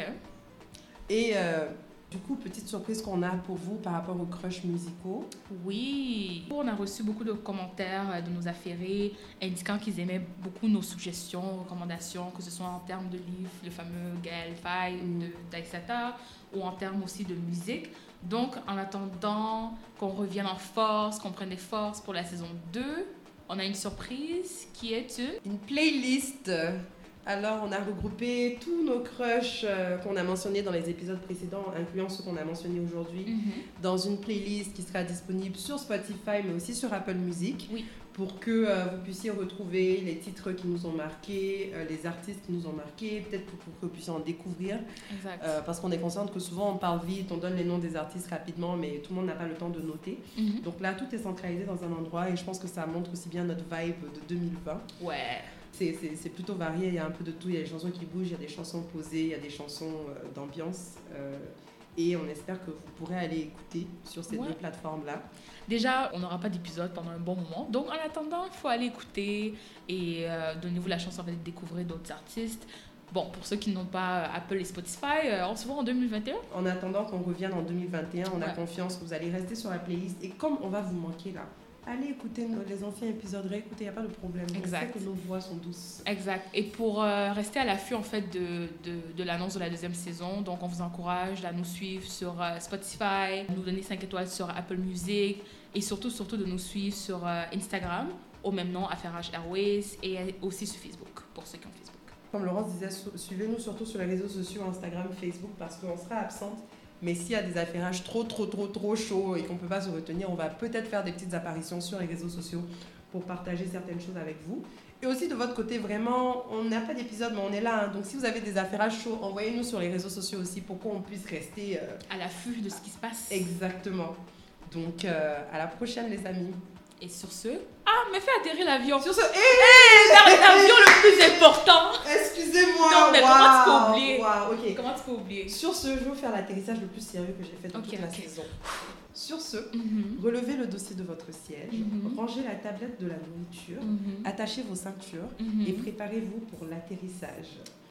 Et euh, du coup, petite surprise qu'on a pour vous par rapport aux crushs musicaux. Oui. On a reçu beaucoup de commentaires de nos affairés indiquant qu'ils aimaient beaucoup nos suggestions, recommandations, que ce soit en termes de livres, le fameux Gaël Faye mm. de d'Aïssata, ou en termes aussi de musique. Donc, en attendant qu'on revienne en force, qu'on prenne des forces pour la saison deux, on a une surprise qui est une playlist. Alors, on a regroupé tous nos crushs euh, qu'on a mentionnés dans les épisodes précédents, incluant ceux qu'on a mentionnés aujourd'hui, mm-hmm. dans une playlist qui sera disponible sur Spotify, mais aussi sur Apple Music, oui. pour que euh, vous puissiez retrouver les titres qui nous ont marqués, euh, les artistes qui nous ont marqués, peut-être pour, pour que vous puissiez en découvrir. Exact. Euh, parce qu'on est consciente que souvent, on parle vite, on donne les noms des artistes rapidement, mais tout le monde n'a pas le temps de noter. Mm-hmm. Donc là, tout est centralisé dans un endroit, et je pense que ça montre aussi bien notre vibe de deux mille vingt. Ouais. C'est, c'est, c'est plutôt varié, il y a un peu de tout, il y a des chansons qui bougent, il y a des chansons posées, il y a des chansons euh, d'ambiance euh, et on espère que vous pourrez aller écouter sur ces ouais. deux plateformes-là. Déjà, on n'aura pas d'épisode pendant un bon moment, donc en attendant, il faut aller écouter et euh, donnez-vous la chance en fait, de découvrir d'autres artistes. Bon, pour ceux qui n'ont pas Apple et Spotify, euh, on se voit en deux mille vingt et un. En attendant qu'on revienne en deux mille vingt et un, on a ouais. confiance que vous allez rester sur la playlist et comme on va vous manquer là, allez écouter nos, les anciens épisodes, réécoutez, il n'y a pas de problème. Exact. On sait que nos voix sont douces. Exact. Et pour euh, rester à l'affût en fait de, de, de l'annonce de la deuxième saison, donc on vous encourage à nous suivre sur euh, Spotify, nous donner cinq étoiles sur Apple Music et surtout, surtout de nous suivre sur euh, Instagram au même nom, Affairage Airways, et aussi sur Facebook, pour ceux qui ont Facebook. Comme Laurence disait, suivez-nous surtout sur les réseaux sociaux, Instagram, Facebook, parce qu'on sera absente. Mais s'il y a des affairages trop, trop, trop, trop chauds et qu'on ne peut pas se retenir, on va peut-être faire des petites apparitions sur les réseaux sociaux pour partager certaines choses avec vous. Et aussi de votre côté, vraiment, on n'a pas d'épisode, mais on est là. Hein. Donc si vous avez des affairages chauds, envoyez-nous sur les réseaux sociaux aussi pour qu'on puisse rester... Euh... à l'affût de ce qui se passe. Exactement. Donc euh, à la prochaine les amis. Et sur ce... Ah, mais fais atterrir l'avion. Sur ce... Hé hey, hey, l'avion le plus important. Excusez-moi. Non, mais wow, comment tu peux oublier wow, okay. Comment tu peux oublier Sur ce, je vais vous faire l'atterrissage le plus sérieux que j'ai fait de okay, toute okay. la saison. Sur ce, mm-hmm. relevez le dossier de votre siège, mm-hmm. rangez la tablette de la nourriture, mm-hmm. attachez vos ceintures mm-hmm. et préparez-vous pour l'atterrissage.